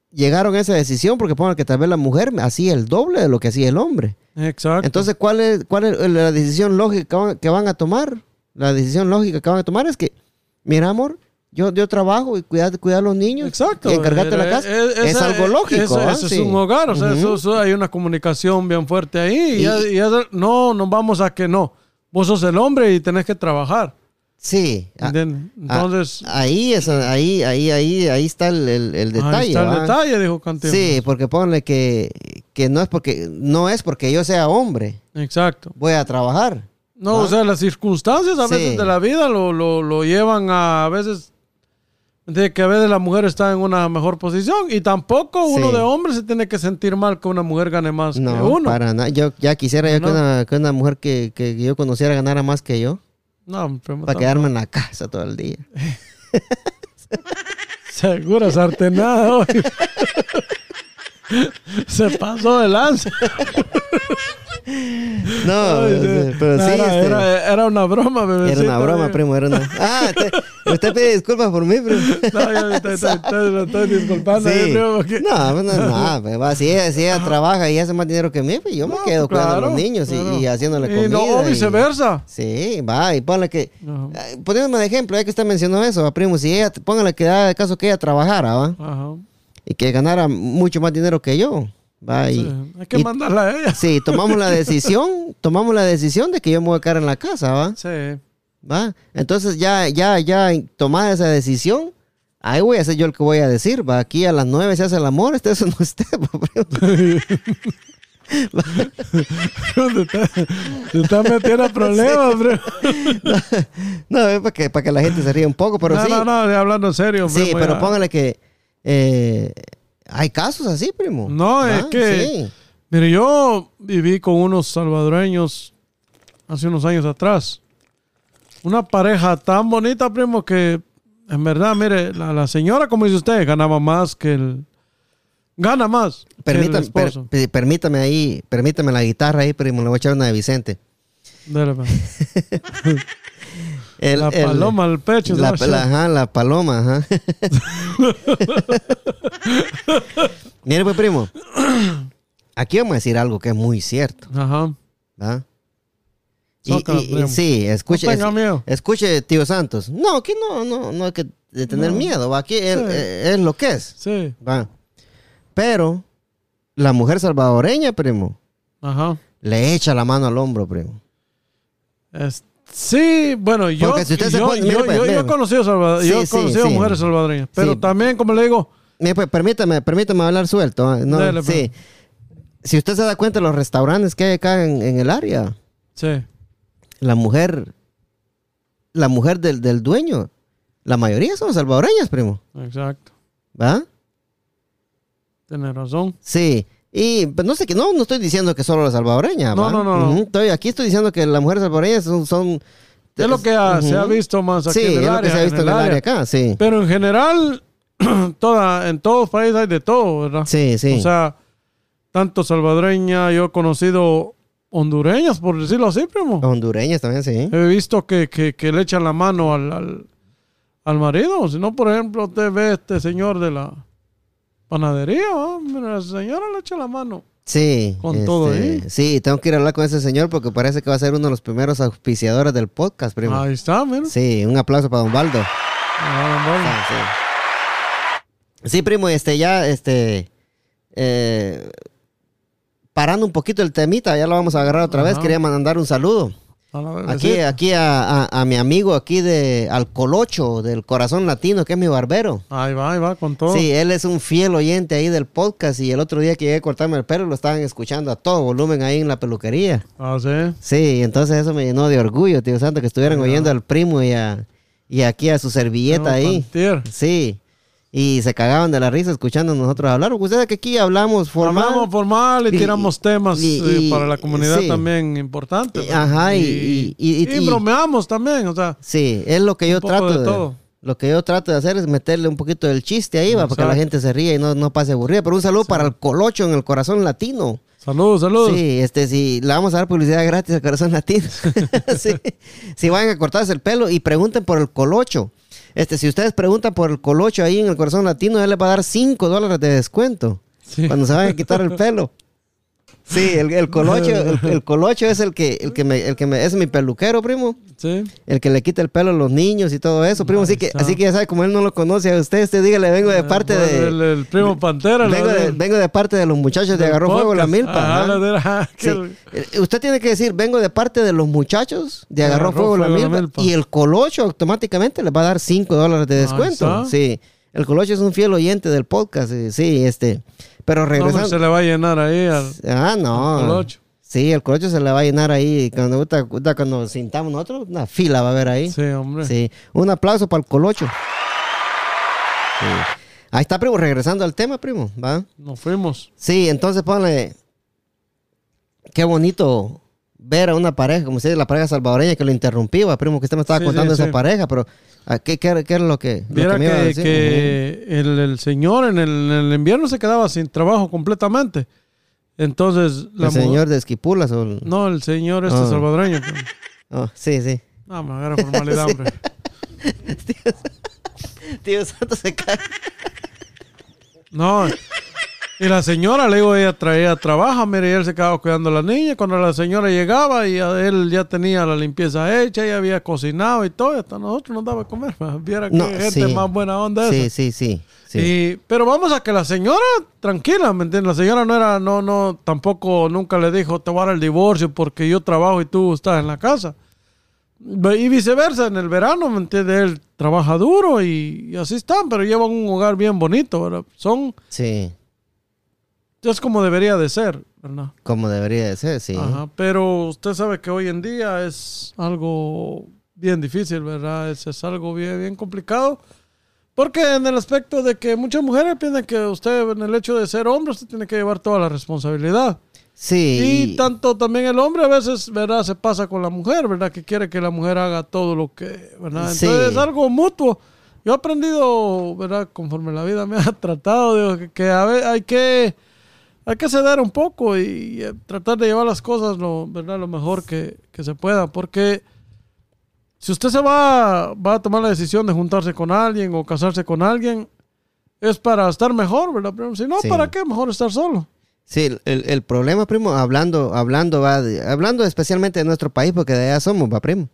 llegaron a esa decisión porque pongan que tal vez la mujer hacía el doble de lo que hacía el hombre. Exacto. Entonces, ¿cuál es, cuál es la decisión lógica que van, que van a tomar? La decisión lógica que van a tomar es que, mira, amor, yo, yo trabajo y cuidar, cuidar a los niños. Exacto. Y encargarte de la casa. Es, es, es algo lógico. Eso, ¿eh? eso sí. es un hogar. O sea, Uh-huh. eso, eso hay una comunicación bien fuerte ahí. Y, Y, ya, y ya, no, no vamos a que no. Vos sos el hombre y tenés que trabajar. Sí. ¿Entiendes? Entonces. A, ahí, es, ahí, ahí, ahí, ahí está el, el, el detalle. Ahí está el ¿va? detalle, dijo Cantinflas. Sí, porque ponle que, que no es porque no es porque yo sea hombre. Exacto. Voy a trabajar. No, ¿va? o sea, las circunstancias a Sí. veces de la vida lo, lo, lo llevan a, a veces de que a veces la mujer está en una mejor posición y tampoco uno Sí. de hombre se tiene que sentir mal que una mujer gane más No, que uno. para nada. Yo ya quisiera yo No. que, una, que una mujer que, que yo conociera ganara más que yo. No, primo, Para tampoco. quedarme en la casa todo el día. Segura sartenada hoy. Se pasó de lanza. No, Ay, pero, sí. pero No, sí. era, este, era, era una broma, bebecita. era una broma, amigo. primo. Era una... Ah, usted, usted pide disculpas por mí, primo. No, yo estoy, estoy, estoy, me estoy disculpando. Sí. ahí, primo, porque- No, pues no es nada. Pues, va, si, ella, si ella trabaja y hace más dinero que mí, pues yo me No, quedo cuidando a claro, los niños y, claro. y haciéndole Y comida. no, o y- viceversa. Sí, va, y ponle que... Ajá. eh, Poniéndome de ejemplo, ya que usted mencionó eso, va, primo, si ella, póngale que da el caso que ella trabajara, ¿va? Ajá. Y que ganara mucho más dinero que yo, va, y... Sí, hay que y- mandarla a ella. Sí, tomamos la decisión, tomamos la decisión de que yo me voy a quedar en la casa, ¿va? Sí. ¿Va? Entonces ya, ya, ya tomada esa decisión, ahí voy a ser yo el que voy a decir, va, aquí a las nueve se hace el amor, este eso no esté, Se está, se está metiendo a problemas, bro. no, es para que, para que la gente se ríe un poco, pero no, sí. no, no, hablando en serio. Sí, primo, pero ya. póngale que eh, hay casos así, primo. No, ¿va? es que, Sí. mire, yo viví con unos salvadoreños hace unos años atrás. Una pareja tan bonita, primo, que en verdad, mire, la, la señora, como dice usted, ganaba más que el... Gana más que el Permítame, per- esposo. per- permítame ahí, permítame la guitarra ahí, primo, le voy a echar una de Vicente. Dele, pa. El- la el- paloma al pecho. La, ¿no? la- ajá, la paloma, ajá. Mire, pues, primo. Aquí vamos a decir algo que es muy cierto, Ajá. ¿verdad? Y, Zócalo, y- y primo. sí, escuche, No tenga es- miedo. escuche, tío Santos. No, aquí no, no, no hay que de tener No. miedo, ¿va? Aquí es, Sí. es- es lo que es, Sí. ¿va? Pero la mujer salvadoreña, primo, Ajá. le echa la mano al hombro, primo. Es- sí, bueno, yo, Porque si usted se yo, pone- yo, mire, pues, yo- yo mire. he conocido, salvador- Sí, yo he sí, conocido sí. mujeres salvadoreñas, pero Sí. también, como le digo, Mire, pues, permítame, permítame hablar suelto. ¿ah? No, Dele, pues. sí. Si usted se da cuenta de los restaurantes que hay acá en, en el área, sí, la mujer, la mujer del, del dueño, la mayoría son salvadoreñas, primo. exacto, ¿Va? tiene razón. Sí. Y pues, no sé que no, no estoy diciendo que solo las salvadoreñas. No, ¿va? no, no, no. Ujú, estoy, aquí estoy diciendo que las mujeres salvadoreñas son... son Es lo que ha- se ha Ujú. visto más aquí Sí, en el es lo área. que se ha visto en el área acá, sí. Pero en general, toda, en todos los países hay de todo, ¿verdad? Sí, sí. O sea, tanto salvadoreña, yo he conocido hondureñas, por decirlo así, primo. Hondureñas también, sí. He visto que, que, que le echan la mano al, al, al marido. Si no, por ejemplo, usted ve este señor de la panadería, ¿va? Mira, la señora le echa la mano. Sí. Con todo ahí. Sí, tengo que ir a hablar con ese señor porque parece que va a ser uno de los primeros auspiciadores del podcast, primo. Ahí está, mira. Sí, un aplauso para Don Baldo. Ah, bueno. Sí, sí. Sí, primo, este, ya, este, eh, parando un poquito el temita, ya lo vamos a agarrar otra vez. Ajá. Quería mandar un saludo. A la Aquí, bebecita. aquí a, a- a mi amigo aquí de al Colocho, del Corazón Latino, que es mi barbero. Ahí va, ahí va, con todo. Sí, él es un fiel oyente ahí del podcast y el otro día que llegué a cortarme el pelo lo estaban escuchando a todo volumen ahí en la peluquería. Ah, sí. Sí, entonces eso me llenó de orgullo, tío Santo, que estuvieran Ah. oyendo al primo y, a, y aquí a su servilleta No, ahí. Pantier. Sí, y se cagaban de la risa escuchando a nosotros hablar. Porque ustedes que aquí hablamos formal. Hablamos formal y, Y- tiramos temas y- eh, y- para la comunidad sí. también importantes. Y- ¿verdad? ajá, y- y- y- y- y bromeamos también, o sea, Sí, es lo que yo Un poco trato de de, todo. lo que yo trato de hacer es meterle un poquito del chiste ahí, va, para que la Exacto. gente se ríe y no, no pase aburrida. Pero un saludo para el Colocho en el Corazón Latino. saludos, saludos. Sí, este, si le vamos a dar publicidad gratis al Corazón Latino. Sí. Si van a cortarse el pelo y pregunten por el Colocho. Este, si ustedes preguntan por el colocho ahí en el Corazón Latino, él les va a dar cinco dólares de descuento Sí. cuando se vayan a quitar el pelo. Sí, el, el colocho, el, el colocho es el que, el que me, el que me, es mi peluquero, primo. Sí. El que le quita el pelo a los niños y todo eso, primo. Ahí Así que, está. así que ya sabe, como él no lo conoce a usted, usted dígale, vengo de parte Bueno, de... El, el primo Pantera. Vengo la- de, vengo de parte de los muchachos de del Agarró Fuego la podcast. Milpa. Ajá, ¿ah? la de- ah, Sí. que- Eh, Usted tiene que decir, vengo de parte de los muchachos de Agarró Fuego la Milpa. Y el colocho automáticamente le va a dar cinco dólares de Ahí descuento. está. Sí, el colocho es un fiel oyente del podcast. Sí, sí, este. Pero No, hombre, regresando... se le va a llenar ahí al, Ah, no. al colocho. Sí, el colocho se le va a llenar ahí. Cuando, gusta- gusta cuando sintamos nosotros, una fila va a haber ahí. Sí, hombre. Sí, un aplauso para el colocho. Sí. Ahí está, primo, regresando al tema, primo, ¿va? Nos fuimos. Sí, entonces ponle... Qué bonito ver a una pareja, como se dice, la pareja salvadoreña que lo interrumpí, va, primo, que usted me estaba Sí, contando sí, de esa sí. pareja, pero ¿a ¿qué, qué, qué era lo que, lo Viera que me iba a que, decir? que el, el señor en el, en el invierno se quedaba sin trabajo completamente. Entonces, Ujú. la ¿El mu- señor de Esquipulas o el- No, el señor este Ah. salvadoreño. pues. Oh, sí, sí. No, me agarra formalidad, Sí. hombre. Tío Santo se cae. No. Y la señora, le digo, ella traía trabajo, mire, y él se quedaba cuidando a la niña. Cuando la señora llegaba y a él ya tenía la limpieza hecha, ya había cocinado y todo, y hasta nosotros nos daba a comer. pues. Viera No, que gente sí. más buena onda Sí, esa. sí, sí. sí. Y, pero vamos a que la señora, tranquila, ¿me entiendes? La señora no era, no, no, tampoco nunca le dijo, te voy a dar el divorcio porque yo trabajo y tú estás en la casa. Y viceversa, en el verano, ¿me entiendes? Él trabaja duro y, y así están, pero llevan un hogar bien bonito, ¿verdad? Son, Sí, es como debería de ser, ¿verdad? como debería de ser, sí. Ajá, pero usted sabe que hoy en día es algo bien difícil, ¿verdad? Es, es algo bien, bien complicado. Porque en el aspecto de que muchas mujeres piensan que usted, en el hecho de ser hombre, usted tiene que llevar toda la responsabilidad. Sí. Y tanto también el hombre a veces, ¿verdad? Se pasa con la mujer, ¿verdad? Que quiere que la mujer haga todo lo que, ¿verdad? Sí. Entonces es algo mutuo. Yo he aprendido, ¿verdad? Conforme la vida me ha tratado, digo, que, que a ve- hay que... Hay que ceder un poco y, y, eh, tratar de llevar las cosas lo, ¿verdad? Lo mejor que, que se pueda. Porque si usted se va, va a tomar la decisión de juntarse con alguien o casarse con alguien, es para estar mejor, ¿verdad? Pero si no, Sí. ¿para qué? Mejor estar solo. Sí, el, el- el problema, primo, hablando, hablando, va, de- hablando especialmente de nuestro país, porque de allá somos, va, primo.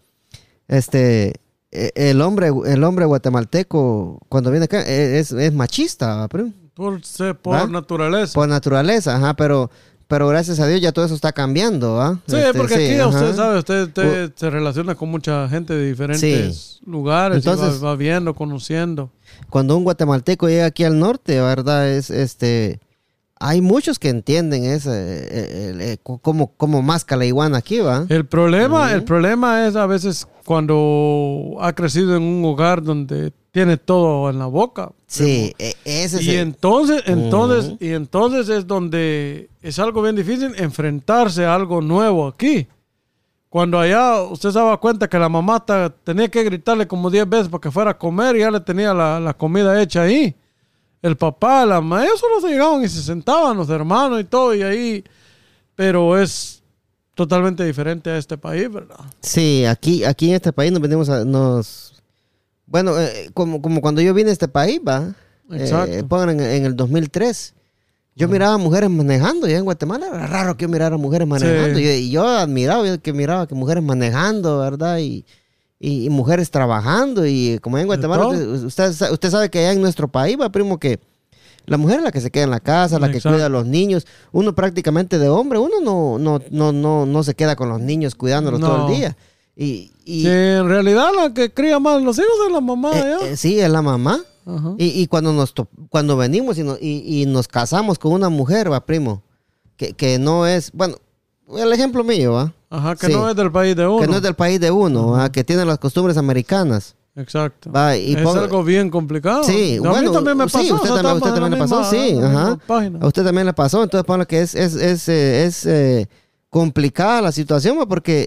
Este, e- el hombre, el hombre guatemalteco, cuando viene acá, e- es, es machista, va, primo. Por, se- por ¿Va? naturaleza. Por naturaleza, ajá, pero, pero gracias a Dios ya todo eso está cambiando, ¿va? Sí, Este, porque sí, aquí ajá. usted sabe, usted, usted se relaciona con mucha gente de diferentes lugares, y Entonces- va, va viendo, conociendo. Cuando un guatemalteco llega aquí al norte, ¿verdad? Es este. Hay muchos que entienden ese, eh, el- eh, como, como masca la iguana aquí, ¿va? El problema, Ujú. el problema es a veces cuando ha crecido en un hogar donde tiene todo en la boca. Sí, e- ese es Y el- entonces, entonces, Ujú. y entonces es donde es algo bien difícil enfrentarse a algo nuevo aquí. Cuando allá usted se daba cuenta que la mamá ta- tenía que gritarle como diez veces para que fuera a comer y ya le tenía la, la comida hecha ahí. El papá, la mamá, ellos solo se llegaban y se sentaban los hermanos y todo y ahí. Pero es totalmente diferente a este país, ¿verdad? Sí, aquí, aquí en este país nos venimos a... Nos, bueno, eh, como, como cuando yo vine a este país, ¿va? Exacto. Eh, pongan en, en el dos mil tres. Yo miraba mujeres manejando, ya en Guatemala era raro que yo mirara mujeres manejando. Sí. Y, y yo admiraba yo que miraba que mujeres manejando, ¿verdad? Y, y, y mujeres trabajando. Y como en Guatemala, todo. usted, usted, sa- usted sabe que allá en nuestro país, va, primo, que la mujer es la que se queda en la casa, la que Exacto. cuida a los niños. Uno prácticamente de hombre, uno no, no, no, no, no se queda con los niños cuidándolos No. todo el día. Y, y Que en realidad la que cría más los hijos es la mamá eh, allá. eh, sí, es la mamá. Ajá. Y, y cuando nos to- cuando venimos y, no- y, y nos casamos con una mujer, va, primo, que, que no es, bueno, el ejemplo mío, va, Ajá, que sí. no es del país de uno. que no es del país de uno, va, que tiene las costumbres americanas. Exacto. Va, y es ponga- algo bien complicado. Sí, a bueno, mí también me pasó. sí, usted o sea, también, usted estamos en también le la pasó, misma- sí, en la ajá. misma página. A usted también le pasó, entonces ponle que es, es, es, eh, es eh, complicada la situación, va, porque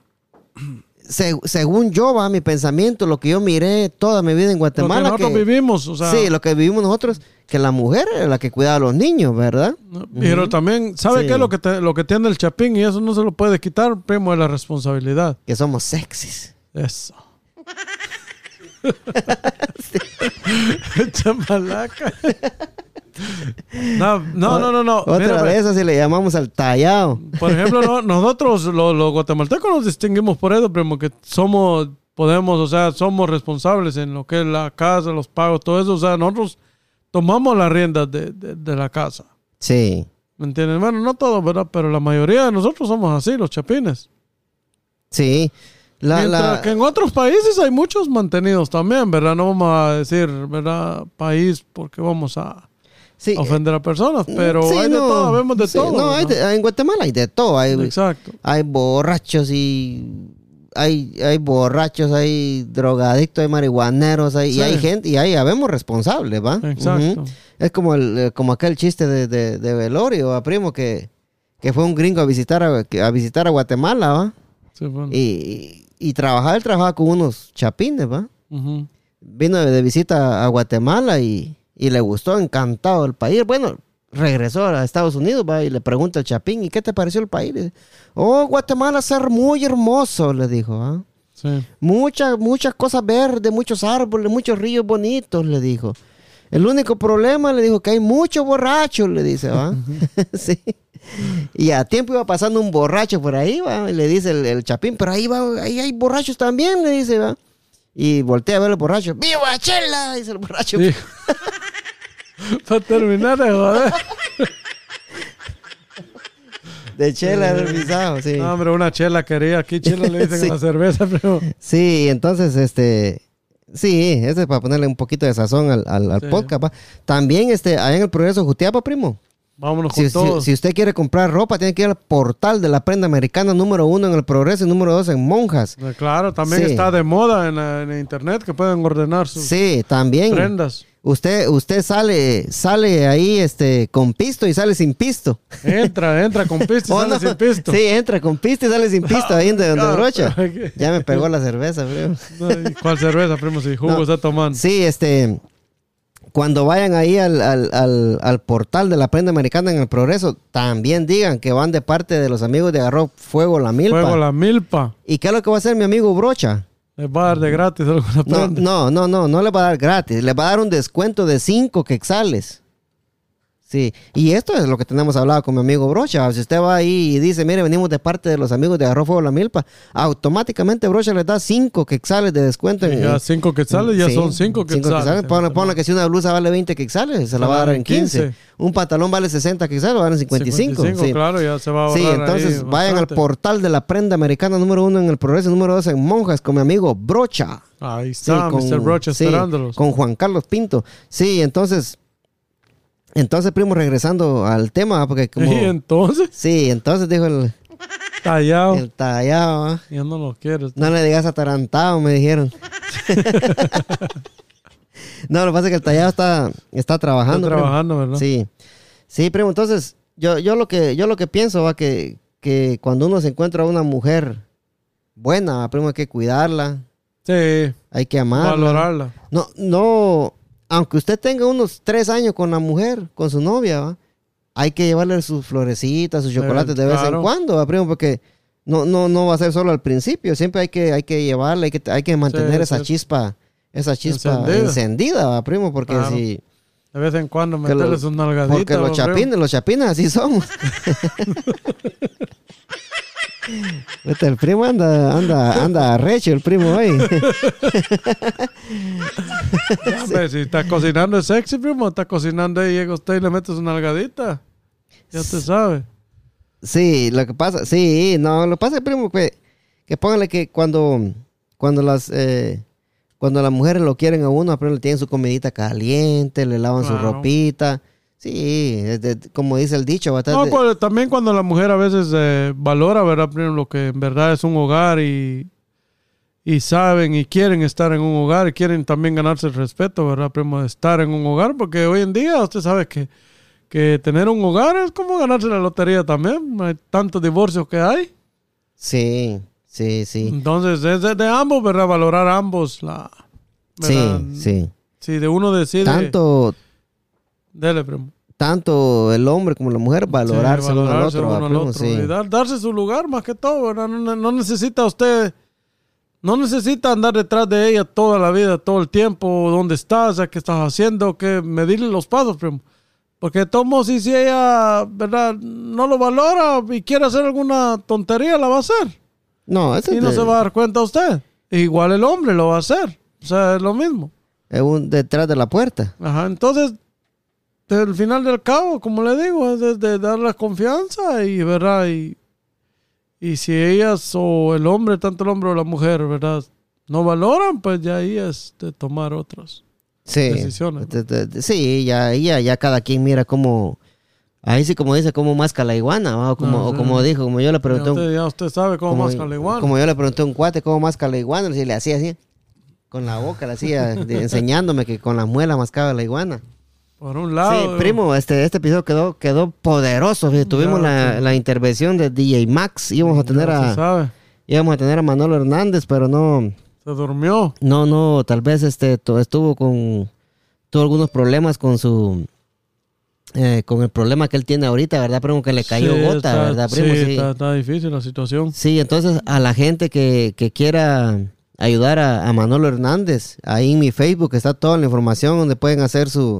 se- según yo, va, mi pensamiento, lo que yo miré toda mi vida en Lo que Guatemala, nosotros que- vivimos, o sea, sí, lo que vivimos nosotros, que la mujer era la que cuidaba a los niños, ¿verdad? pero también, ¿sabe Sí. qué es lo que, te- lo que tiene el chapín? Y eso no se lo puede quitar, primo, de la responsabilidad. Que somos sexys. Eso. Chamalaca. No, no, no, no, no. Otra Mira, de esas si le llamamos al tallado. por ejemplo, no, nosotros los, los guatemaltecos nos distinguimos por eso, primo, que somos, podemos, o sea, somos responsables en lo que es la casa, los pagos, todo eso. O sea, nosotros tomamos las riendas de, de, de la casa. Sí. ¿Me entiendes? Bueno, no todos, ¿verdad? Pero la mayoría de nosotros somos así, los chapines. Sí. La, Mientras la... que en otros países hay muchos mantenidos también, ¿verdad? No vamos a decir, ¿verdad? País porque vamos a sí, ofender a personas, pero sí, hay de no, todo, vemos de sí, todo. No, hay de, en Guatemala hay de todo. Hay, Exacto. hay borrachos y hay, hay borrachos, hay drogadictos, hay marihuaneros, hay, Sí. y hay gente, y ahí habemos responsables, ¿va? Exacto. Ujú. Es como el, como aquel chiste de, de, de Velorio, ¿va, primo? Que, que fue un gringo a visitar a, a visitar a Guatemala, ¿va? Sí, bueno. Y, y, y trabajaba, él trabajaba con unos chapines, ¿va? Ujú. Vino de, de visita a Guatemala y, y le gustó, encantado el país. Bueno, regresó a Estados Unidos, ¿va? Y le pregunta al chapín, ¿y qué te pareció el país? Le dice, oh, Guatemala es muy hermoso, le dijo, ¿ah? Sí. Muchas, muchas cosas verdes, muchos árboles, muchos ríos bonitos, le dijo. El único problema, le dijo, que hay muchos borrachos, le dice, ¿va? Sí. Y a tiempo iba pasando un borracho por ahí, ¿va? Y le dice el, el chapín, pero ahí va, ahí hay borrachos también, le dice, ¿va? Y voltea a ver el borracho. ¡Viva Chela! Dice el borracho. Sí. Para terminar de joder. De chela del pisado, sí. No, hombre, una chela quería. Aquí chela le dicen Sí. a la cerveza, pero... Sí, entonces, este... Sí, este es para ponerle un poquito de sazón al, al, al Sí. podcast, ¿va? También, este, allá en el Progreso Jutiapa, primo. Vámonos con Si, si, todos. si usted quiere comprar ropa, tiene que ir al portal de la prenda americana número uno en el Progreso y número dos en Monjas. Eh, Claro, también Sí. está de moda en, la- en internet que pueden ordenar sus Sí, también. prendas. Usted, usted sale, sale ahí, este, con pisto y sale sin pisto. Entra, entra con pisto y ¿O sale no? sin pisto. Sí, entra con pisto y sale sin pisto ahí en donde Ah, brocha. pero que- Ya me pegó la cerveza, primo. No, ¿y ¿Cuál cerveza, primo? Si jugo No. está tomando. Sí, este, cuando vayan ahí al, al, al, al portal de la prenda americana en el Progreso, también digan que van de parte de los amigos de Agarró Fuego la Milpa. Fuego la milpa. ¿Y qué es lo que va a hacer mi amigo Brocha? Les va a dar de gratis alguna No, prenda. no, no, no, no le va a dar gratis, le va a dar un descuento de cinco quetzales. Sí, y esto es lo que tenemos hablado con mi amigo Brocha. Si usted va ahí y dice, mire, venimos de parte de los amigos de Agarró Fuego la Milpa, automáticamente Brocha le da cinco quetzales de descuento. en- Ya cinco quetzales, ya Sí, son cinco quetzales. Ponle, ponle que si una blusa vale veinte quetzales, se la va a dar en quince. Un pantalón vale sesenta quetzales, lo va a dar en cincuenta y cinco. Sí. Claro, ya se va a ahorrar. Sí, entonces ahí vayan al bastante. portal de la prenda americana número uno en el Progreso, número dos en Monjas, con mi amigo Brocha. Ahí Sí, está, mister Brocha sí, esperándolos. con Juan Carlos Pinto. Sí, entonces, entonces, primo, regresando al tema, porque como... Y entonces, Sí, entonces dijo el, tallado. el tallado, ¿ah? Ya no lo quieres. No le digas atarantado, me dijeron. No, lo que pasa es que el tallado está, está trabajando. Está primo. trabajando, ¿verdad? Sí. Sí, primo, entonces, yo, yo lo que, yo lo que pienso, va, que, que cuando uno se encuentra una mujer buena, va, primo, hay que cuidarla, Sí, hay que amarla. valorarla. No, no, aunque usted tenga unos tres años con la mujer, con su novia, ¿va? Hay que llevarle sus florecitas, sus chocolates de vez claro. en cuando, ¿va, primo? Porque no, no, no va a ser solo al principio, siempre hay que, hay que llevarle, hay que, hay que mantener Sí, esa sí. chispa, esa chispa Encendida. encendida, ¿va, primo? Porque Claro. si, De vez en cuando que meterles lo- un nalgadita. porque los ¿no, chapines, primo? los chapines así somos. Este, el primo anda, anda, anda arrecho, el primo hoy. Hombre, si está cocinando es sexy, primo. Está cocinando ahí, llega usted y le mete su nalgadita. Ya te sabe. Sí, lo que pasa, sí, no, lo que pasa, primo, que, que póngale que cuando, cuando las, eh, cuando las mujeres lo quieren a uno, pero le tienen su comidita caliente, le lavan su Claro. ropita. Sí, es de- como dice el dicho, No, bastante. pues, también cuando la mujer a veces eh, valora, ¿verdad? Primo, lo que en verdad es un hogar y, y saben y quieren estar en un hogar y quieren también ganarse el respeto, ¿verdad? Primo, de estar en un hogar, porque hoy en día usted sabe que, que tener un hogar es como ganarse la lotería también. Hay tantos divorcios que hay. Sí, sí, sí. Entonces es de, de ambos, ¿verdad? Valorar a ambos. La, ¿verdad? Sí, sí. Si de uno decide... Tanto, Dele, primo. tanto el hombre como la mujer valorarse, Sí, uno al otro, uno ¿va, al primo? otro. Sí. Y dar- darse su lugar más que todo, ¿verdad? No, no necesita usted no necesita andar detrás de ella toda la vida, todo el tiempo, dónde estás, qué estás haciendo, que medirle los pasos, primo. Porque de todos modos, si, si ella, ¿verdad?, no lo valora y quiere hacer alguna tontería, la va a hacer. No, eso y no te- se va a dar cuenta usted. Igual el hombre lo va a hacer. O sea, es lo mismo. es un detrás de la puerta. Ajá, entonces, al final del cabo, como le digo, es de, de darle confianza y, ¿verdad? Y, y si ellas o el hombre, tanto el hombre o la mujer, ¿verdad?, no valoran, pues ya ahí es de tomar otras Sí, decisiones. Te- te- te- sí, ya, ya, ya cada quien mira cómo, ahí sí como dice, cómo masca la iguana, ¿va? O como, Ah, o sí. como dijo, como yo le Ya pregunté, a un- usted, ya usted sabe cómo como, masca la iguana. como yo le pregunté a un cuate cómo masca la iguana, y le hacía así, con la boca, le hacía, de- enseñándome que con la muela mascaba la iguana. Por un lado. Sí, primo, este, este episodio quedó, quedó poderoso, fíjate, tuvimos Ya, la, sí. la intervención de D J Max, íbamos a tener ya se a, sabe. íbamos a tener a Manolo Hernández, pero no, Se durmió. no, no, tal vez este, to- estuvo con, tuvo algunos problemas con su, eh, con el problema que él tiene ahorita, ¿verdad, primo? Que le cayó Sí, gota, está- ¿verdad, primo? Sí, Sí, Está, está difícil la situación. sí, entonces a la gente que, que quiera ayudar a, a Manolo Hernández, ahí en mi Facebook está toda la información donde pueden hacer su,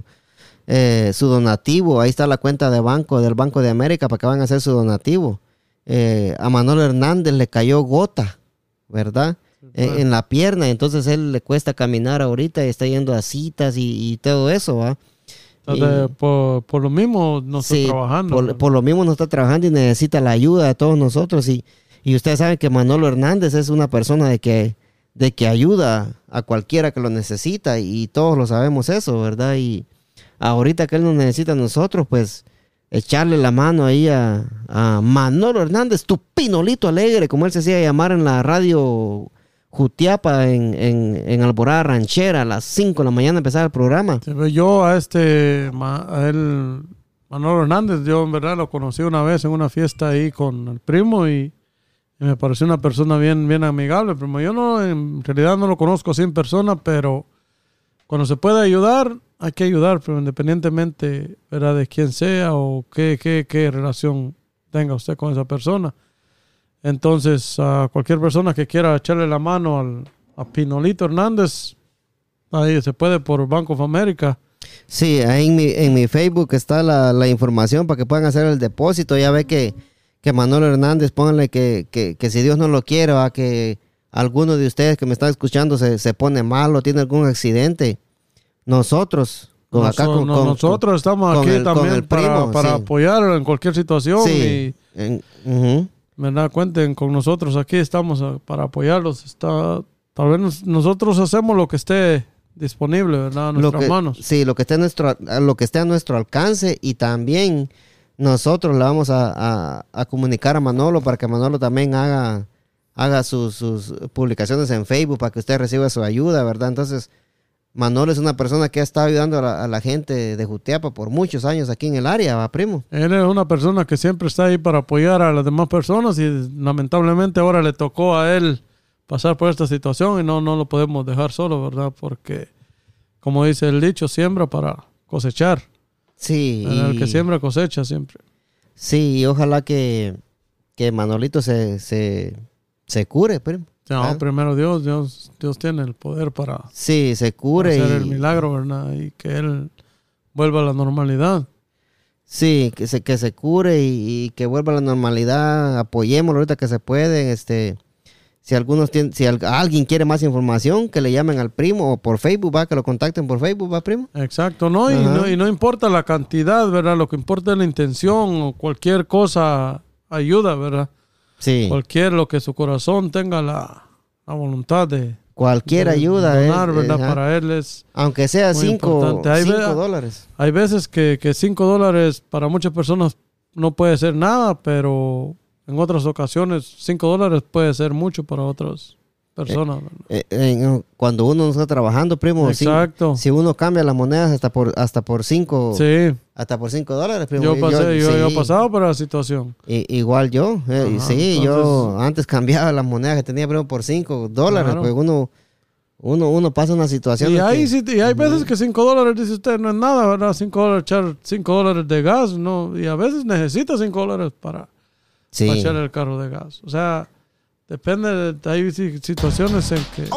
eh, su donativo. Ahí está la cuenta de banco del Banco de América para que van a hacer su donativo. Eh, a Manolo Hernández le cayó gota, ¿verdad? En, en la pierna, entonces él le cuesta caminar ahorita y está yendo a citas y, y todo eso, ¿va? Y- Entonces, por, por lo mismo no estoy sí, trabajando. por, ¿no? por lo mismo no está trabajando y necesita la ayuda de todos nosotros. Y, y ustedes saben que Manolo Hernández es una persona de que, de que ayuda a cualquiera que lo necesita y todos lo sabemos eso, ¿verdad? Y ahorita que él nos necesita a nosotros, pues echarle la mano ahí a, a Manolo Hernández, tu pinolito alegre, como él se hacía llamar en la radio Jutiapa en, en, en Alborada Ranchera, a las cinco de la mañana empezaba el programa. Sí, pero yo a este, ma- a él, Manolo Hernández, yo en verdad lo conocí una vez en una fiesta ahí con el primo y, y me pareció una persona bien, bien amigable. Primo, yo no, en realidad no lo conozco así en persona, pero cuando se puede ayudar, hay que ayudar, pero independientemente, ¿verdad?, de quién sea o qué, qué, qué relación tenga usted con esa persona. Entonces, a cualquier persona que quiera echarle la mano al, a Pinolito Hernández, ahí se puede por Bank of America. Sí, ahí en mi, en mi Facebook está la, la información para que puedan hacer el depósito. Ya ve que, que Manolo Hernández, pónganle que, que, que si Dios no lo quiere, va, que alguno de ustedes que me están escuchando se, se pone mal o tiene algún accidente. Nosotros, con Noso- acá con, no- con- nosotros estamos con aquí el- con también el para, primo, para sí. apoyarlo en cualquier situación. Sí, en- ujú. Y, ¿verdad? Cuenten con nosotros aquí, estamos a- para apoyarlos. Está, tal vez nos- nosotros hacemos lo que esté disponible, ¿verdad? A Lo nuestras que- manos. Sí, lo que esté a nuestro, a lo que esté a nuestro alcance y también nosotros le vamos a, a- a comunicar a Manolo para que Manolo también haga, haga sus, sus publicaciones en Facebook para que usted reciba su ayuda, ¿verdad? Entonces, Manolo es una persona que ha estado ayudando a la, a la gente de Jutiapa por muchos años aquí en el área, ¿va, primo? Él es una persona que siempre está ahí para apoyar a las demás personas y lamentablemente ahora le tocó a él pasar por esta situación y no, no lo podemos dejar solo, ¿verdad? Porque, como dice el dicho, siembra para cosechar. Sí. ¿Verdad? El y- que siembra cosecha siempre. Sí, y ojalá que, que Manolito se, se, se cure, primo. No, Ah. primero Dios, Dios, Dios tiene el poder para Sí, se cure. hacer y- el milagro, ¿verdad? Y que él vuelva a la normalidad. Sí, que se, que se cure y, y que vuelva a la normalidad. Apoyémoslo ahorita que se puede. Este, si algunos tienen, si al- alguien quiere más información, que le llamen al primo o por Facebook, va, que lo contacten por Facebook, va, primo. Exacto, ¿no? Y, Ajá. no y no importa la cantidad, ¿verdad? Lo que importa es la intención o cualquier cosa ayuda, ¿verdad? Sí, Cualquier, lo que su corazón tenga la, la voluntad de, cualquier de ayuda, es- donar, ¿verdad? ajá. Para él es... Aunque sea muy cinco, importante. Ahí cinco vea- dólares. Hay veces que, que cinco dólares para muchas personas no puede ser nada, pero en otras ocasiones cinco dólares puede ser mucho para otras personas. ¿verdad? Eh, en- cuando uno no está trabajando, primo, si, Exacto. si uno cambia las monedas hasta por hasta por cinco, Sí, hasta por cinco dólares, primo. yo pasé, yo, yo he sí. pasado por la situación. I- igual yo, eh, Ajá, sí, yo entonces- antes cambiaba las monedas que tenía primo por cinco dólares, Claro. pues uno, uno, uno pasa una situación. Y en hay, que- sí- y hay veces que cinco dólares, dice usted, no es nada, ¿verdad? cinco dólares, echar cinco dólares de gas, ¿no? Y a veces necesita cinco dólares para, sí, para echarle el carro de gas. O sea, Depende, de, hay situaciones en que...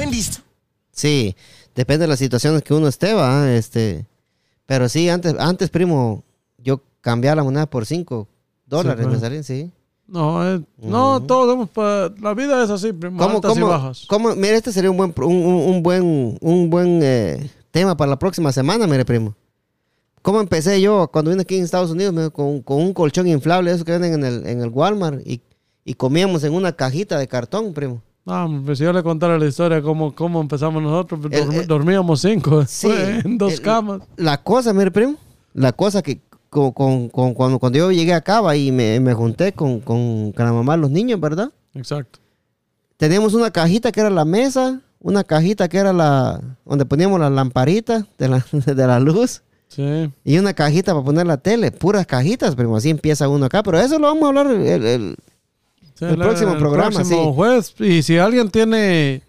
Sí, depende de las situaciones que uno esté, va, este... Pero sí, antes, antes primo, yo cambiaba la moneda por cinco dólares, sí, me salían, sí. No, eh, uh-huh. no, todos, la vida es así, primo, ¿Cómo, altas cómo, y bajas. ¿cómo? Mira, este sería un buen, un, un buen, un buen eh, tema para la próxima semana, mire, primo. ¿Cómo empecé yo cuando vine aquí en Estados Unidos me, con, con un colchón inflable, esos que venden en el, en el Walmart, y, y comíamos en una cajita de cartón, primo? No, pues si yo le contara la historia cómo, cómo empezamos nosotros, el, el, dormíamos cinco sí, en dos el, camas. La cosa, mire, primo, la cosa que con, con, con, cuando, cuando yo llegué acá va, y me, me junté con, con, con la mamá de los niños, ¿verdad? Exacto. Teníamos una cajita que era la mesa, una cajita que era la donde poníamos las lamparitas de la, de la luz. Sí. Y una cajita para poner la tele, puras cajitas, primo, así empieza uno acá, pero eso lo vamos a hablar el, el, sí, el la, próximo el programa. Próximo sí. jueves. Y si alguien tiene,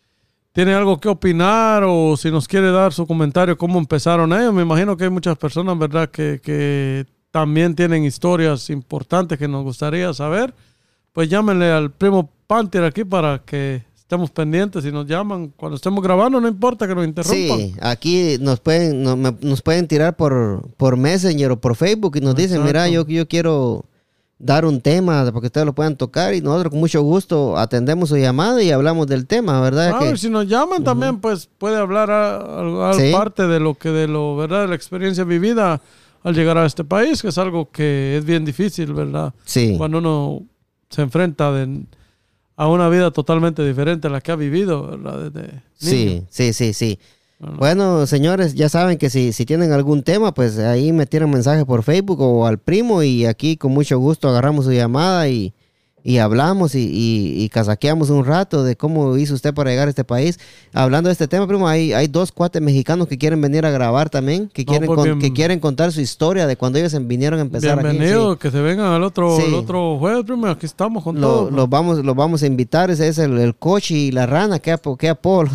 tiene algo que opinar o si nos quiere dar su comentario, cómo empezaron ellos, me imagino que hay muchas personas, ¿verdad?, que, que también tienen historias importantes que nos gustaría saber, pues llámenle al primo Panther aquí para que estemos pendientes y nos llaman cuando estemos grabando, no importa que nos interrumpan. Sí, aquí nos pueden nos, nos pueden tirar por, por Messenger o por Facebook y nos Exacto. dicen, mira, yo, yo quiero dar un tema para que ustedes lo puedan tocar y nosotros con mucho gusto atendemos su llamada y hablamos del tema, ¿verdad? A que... ver, si nos llaman uh-huh. también, pues puede hablar a, a, a ¿sí? parte de lo que, de lo, ¿verdad?, de la experiencia vivida al llegar a este país, que es algo que es bien difícil, ¿verdad? Sí. Cuando uno se enfrenta de... a una vida totalmente diferente a la que ha vivido, ¿verdad? Desde sí, niño. sí, sí, sí. Bueno. bueno, señores, ya saben que si, si tienen algún tema, pues ahí me tiran mensaje por Facebook o al primo y aquí con mucho gusto agarramos su llamada y, y hablamos y, y, y casaqueamos un rato de cómo hizo usted para llegar a este país. Hablando de este tema, primo, hay, hay dos cuates mexicanos que quieren venir a grabar también, que quieren, no, pues con, bien, que quieren contar su historia de cuando ellos vinieron a empezar bienvenido, aquí. Bienvenido, sí. que se vengan al otro, sí. el otro jueves, primo, aquí estamos con lo, todo. Los vamos, lo vamos a invitar, ese es el, el coche y la rana, que que Apolo.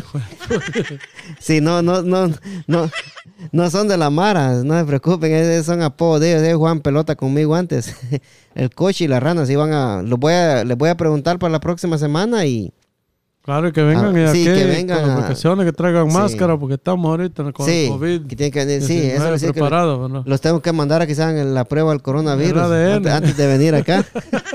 Sí, no, no, no, no. No son de la Mara, no se preocupen, esos son apodos de ellos, ellos juegan pelota conmigo antes. El coche y la rana, sí van a, los voy a, les voy a preguntar para la próxima semana y... Claro, que vengan ah, y sí, aquí, que vengan con las vacaciones, que traigan sí. máscara, porque estamos ahorita con sí, el COVID. Que tienen que venir, sí, eso es preparado, que ¿no? Los tengo que mandar a que se hagan la prueba del coronavirus antes, antes de venir acá.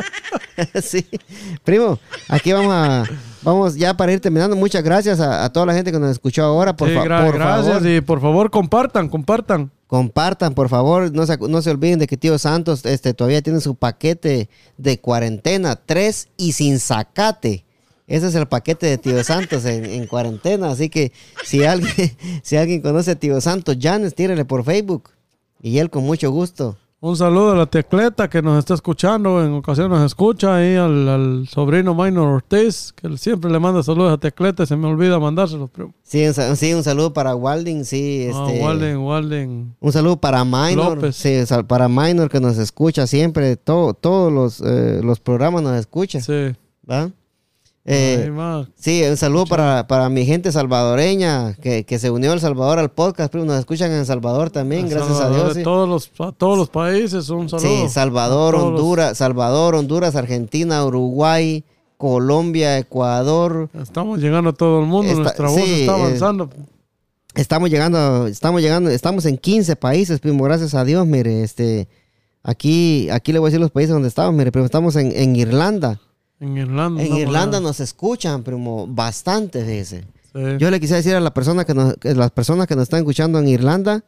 Sí, primo, aquí vamos a... Vamos ya para ir terminando. Muchas gracias a, a toda la gente que nos escuchó ahora. Por, sí, fa gra por gracias favor. Y por favor compartan, compartan. Compartan, por favor. No se, no se olviden de que Tío Santos este, todavía tiene su paquete de cuarentena tres y sin zacate. Ese es el paquete de Tío Santos en, en cuarentena. Así que si alguien, si alguien conoce a Tío Santos Llanes, tírele por Facebook. Y él con mucho gusto. Un saludo a la Tecleta que nos está escuchando, en ocasiones nos escucha, ahí al, al sobrino Minor Ortiz, que siempre le manda saludos a Tecleta, se me olvida mandárselos. Pero... Sí, un, sí, un saludo para Walding, sí. Este, ah, Walding, Walding. Un saludo para Minor, López. Sí, para Minor que nos escucha siempre, todo, todos los, eh, los programas nos escucha. Sí. ¿Va? Eh, sí, un saludo para, para mi gente salvadoreña que, que se unió a El Salvador al podcast, pero nos escuchan en El Salvador también, El gracias Salvador, a Dios. De sí. todos los, a todos los países, un saludo. Sí, Salvador, Honduras, los... Salvador, Honduras, Argentina, Uruguay, Colombia, Ecuador. Estamos llegando a todo el mundo, está, nuestra voz sí, está avanzando. Eh, estamos llegando, estamos llegando, estamos en quince países, primo, gracias a Dios, mire, este, aquí, aquí le voy a decir los países donde estamos, mire, primo, estamos en, en Irlanda. En Irlanda. En no, Irlanda no. nos escuchan, primo, bastante, fíjese. Sí. Yo le quisiera decir a la persona que nos, que las personas que nos están escuchando en Irlanda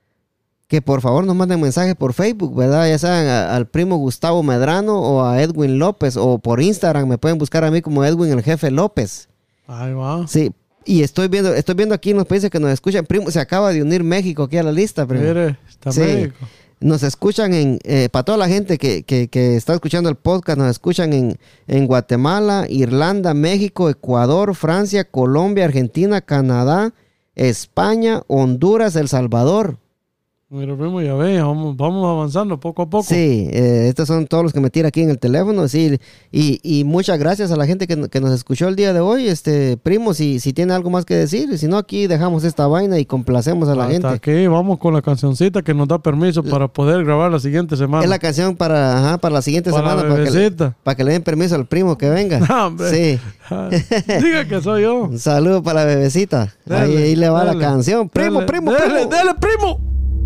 que por favor nos manden mensajes por Facebook, ¿verdad? Ya saben, a, al primo Gustavo Medrano o a Edwin López, o por Instagram me pueden buscar a mí como Edwin el Jefe López. Ahí va. Sí, y estoy viendo, estoy viendo aquí en los países que nos escuchan. Primo, se acaba de unir México aquí a la lista, primo. Mire, está sí. México. Nos escuchan en, eh, para toda la gente que, que, que está escuchando el podcast, nos escuchan en, en Guatemala, Irlanda, México, Ecuador, Francia, Colombia, Argentina, Canadá, España, Honduras, El Salvador. Mira, primo, ya ve, vamos, vamos avanzando poco a poco. Sí, eh, estos son todos los que me tira aquí en el teléfono, sí, y, y muchas gracias a la gente que, que nos escuchó el día de hoy, este, primo, si, si tiene algo más que decir, si no, aquí dejamos esta vaina y complacemos a la Hasta gente. que vamos con la cancioncita que nos da permiso para poder grabar la siguiente semana. Es la canción para, ajá, para la siguiente Para semana, la para que, le, bebecita. para que le den permiso al primo que venga. No, hombre. Sí. Diga que soy yo. Un saludo para la bebecita. Dele, ahí, ahí le va dele, la canción. Primo, dele, primo, dele, primo. Dele, primo.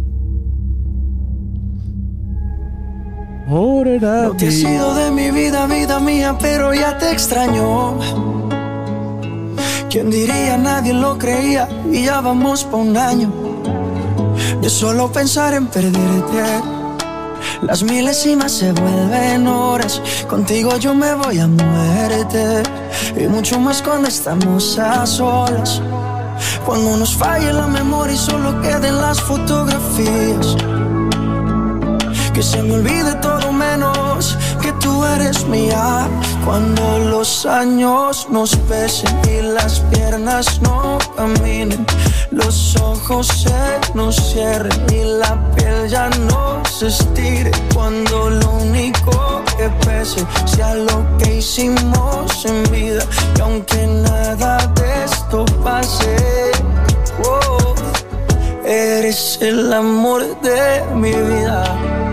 Morena, No te has ido de mi vida, vida mía, pero ya te extraño. ¿Quién diría? Nadie lo creía y ya vamos por un año de solo pensar en perderte. Las milésimas se vuelven horas. Contigo yo me voy a muerte. Y mucho más cuando estamos a solas. Cuando nos falle la memoria y solo queden las fotografías. Que se me olvide todo menos que tú eres mía. Cuando los años nos pesen y las piernas no caminen, los ojos se nos cierren y la piel ya no se estire. Cuando lo único que pese sea lo que hicimos en vida. Y aunque nada de esto pase, oh, eres el amor de mi vida.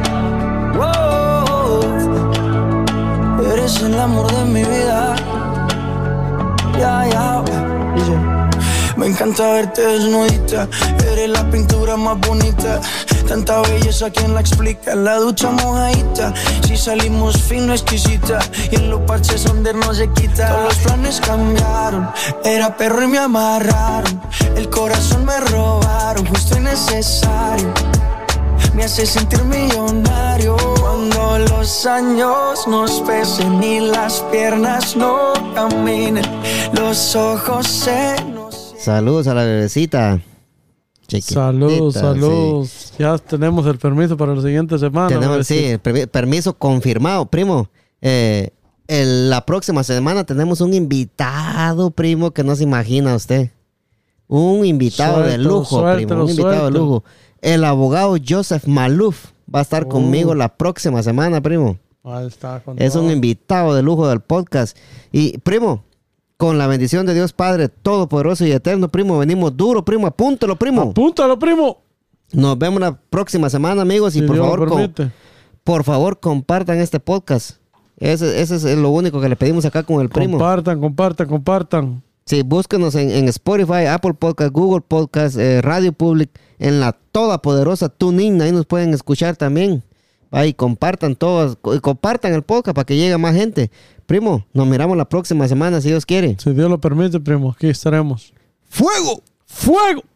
Oh, eres el amor de mi vida. Ya, ya. Me encanta verte desnudita. Eres la pintura más bonita. Tanta belleza, ¿quién la explica? La ducha mojadita. Si salimos fino, exquisita. Y en los parches donde no se quita. Todos los planes cambiaron. Era perro y me amarraron. El corazón me robaron. Justo y necesario. Me hace sentir millonario. Cuando los años nos pesen y las piernas no caminen, los ojos se nos... Saludos a la bebecita. Chiquitita, Saludos, sí. saludos. Ya tenemos el permiso para la siguiente semana. Tenemos, sí, el permi- permiso confirmado, primo. Eh, el- la próxima semana tenemos un invitado, primo, que no se imagina usted. Un invitado de Suéltalo, lujo, suéltalo, primo. Un invitado de suéltalo. lujo. El abogado Joseph Maluf va a estar Oh. conmigo la próxima semana, primo. Ahí está, con Es todo. un invitado de lujo del podcast. Y, primo, con la bendición de Dios Padre Todopoderoso y Eterno, primo, venimos duro, primo. Apúntalo, primo. Apúntalo, primo. Nos vemos la próxima semana, amigos. Y Si por Dios favor, lo con- permite. por favor, compartan este podcast. Ese, ese es lo único que le pedimos acá con el primo. Compartan, compartan, compartan. Sí, búsquenos en, en Spotify, Apple Podcast, Google Podcast, eh, Radio Public, en la todopoderosa TuneIn. Ahí nos pueden escuchar también. Ahí compartan todos, co- compartan el podcast para que llegue más gente. Primo, nos miramos la próxima semana, si Dios quiere. Si Dios lo permite, primo, aquí estaremos. ¡Fuego! ¡Fuego!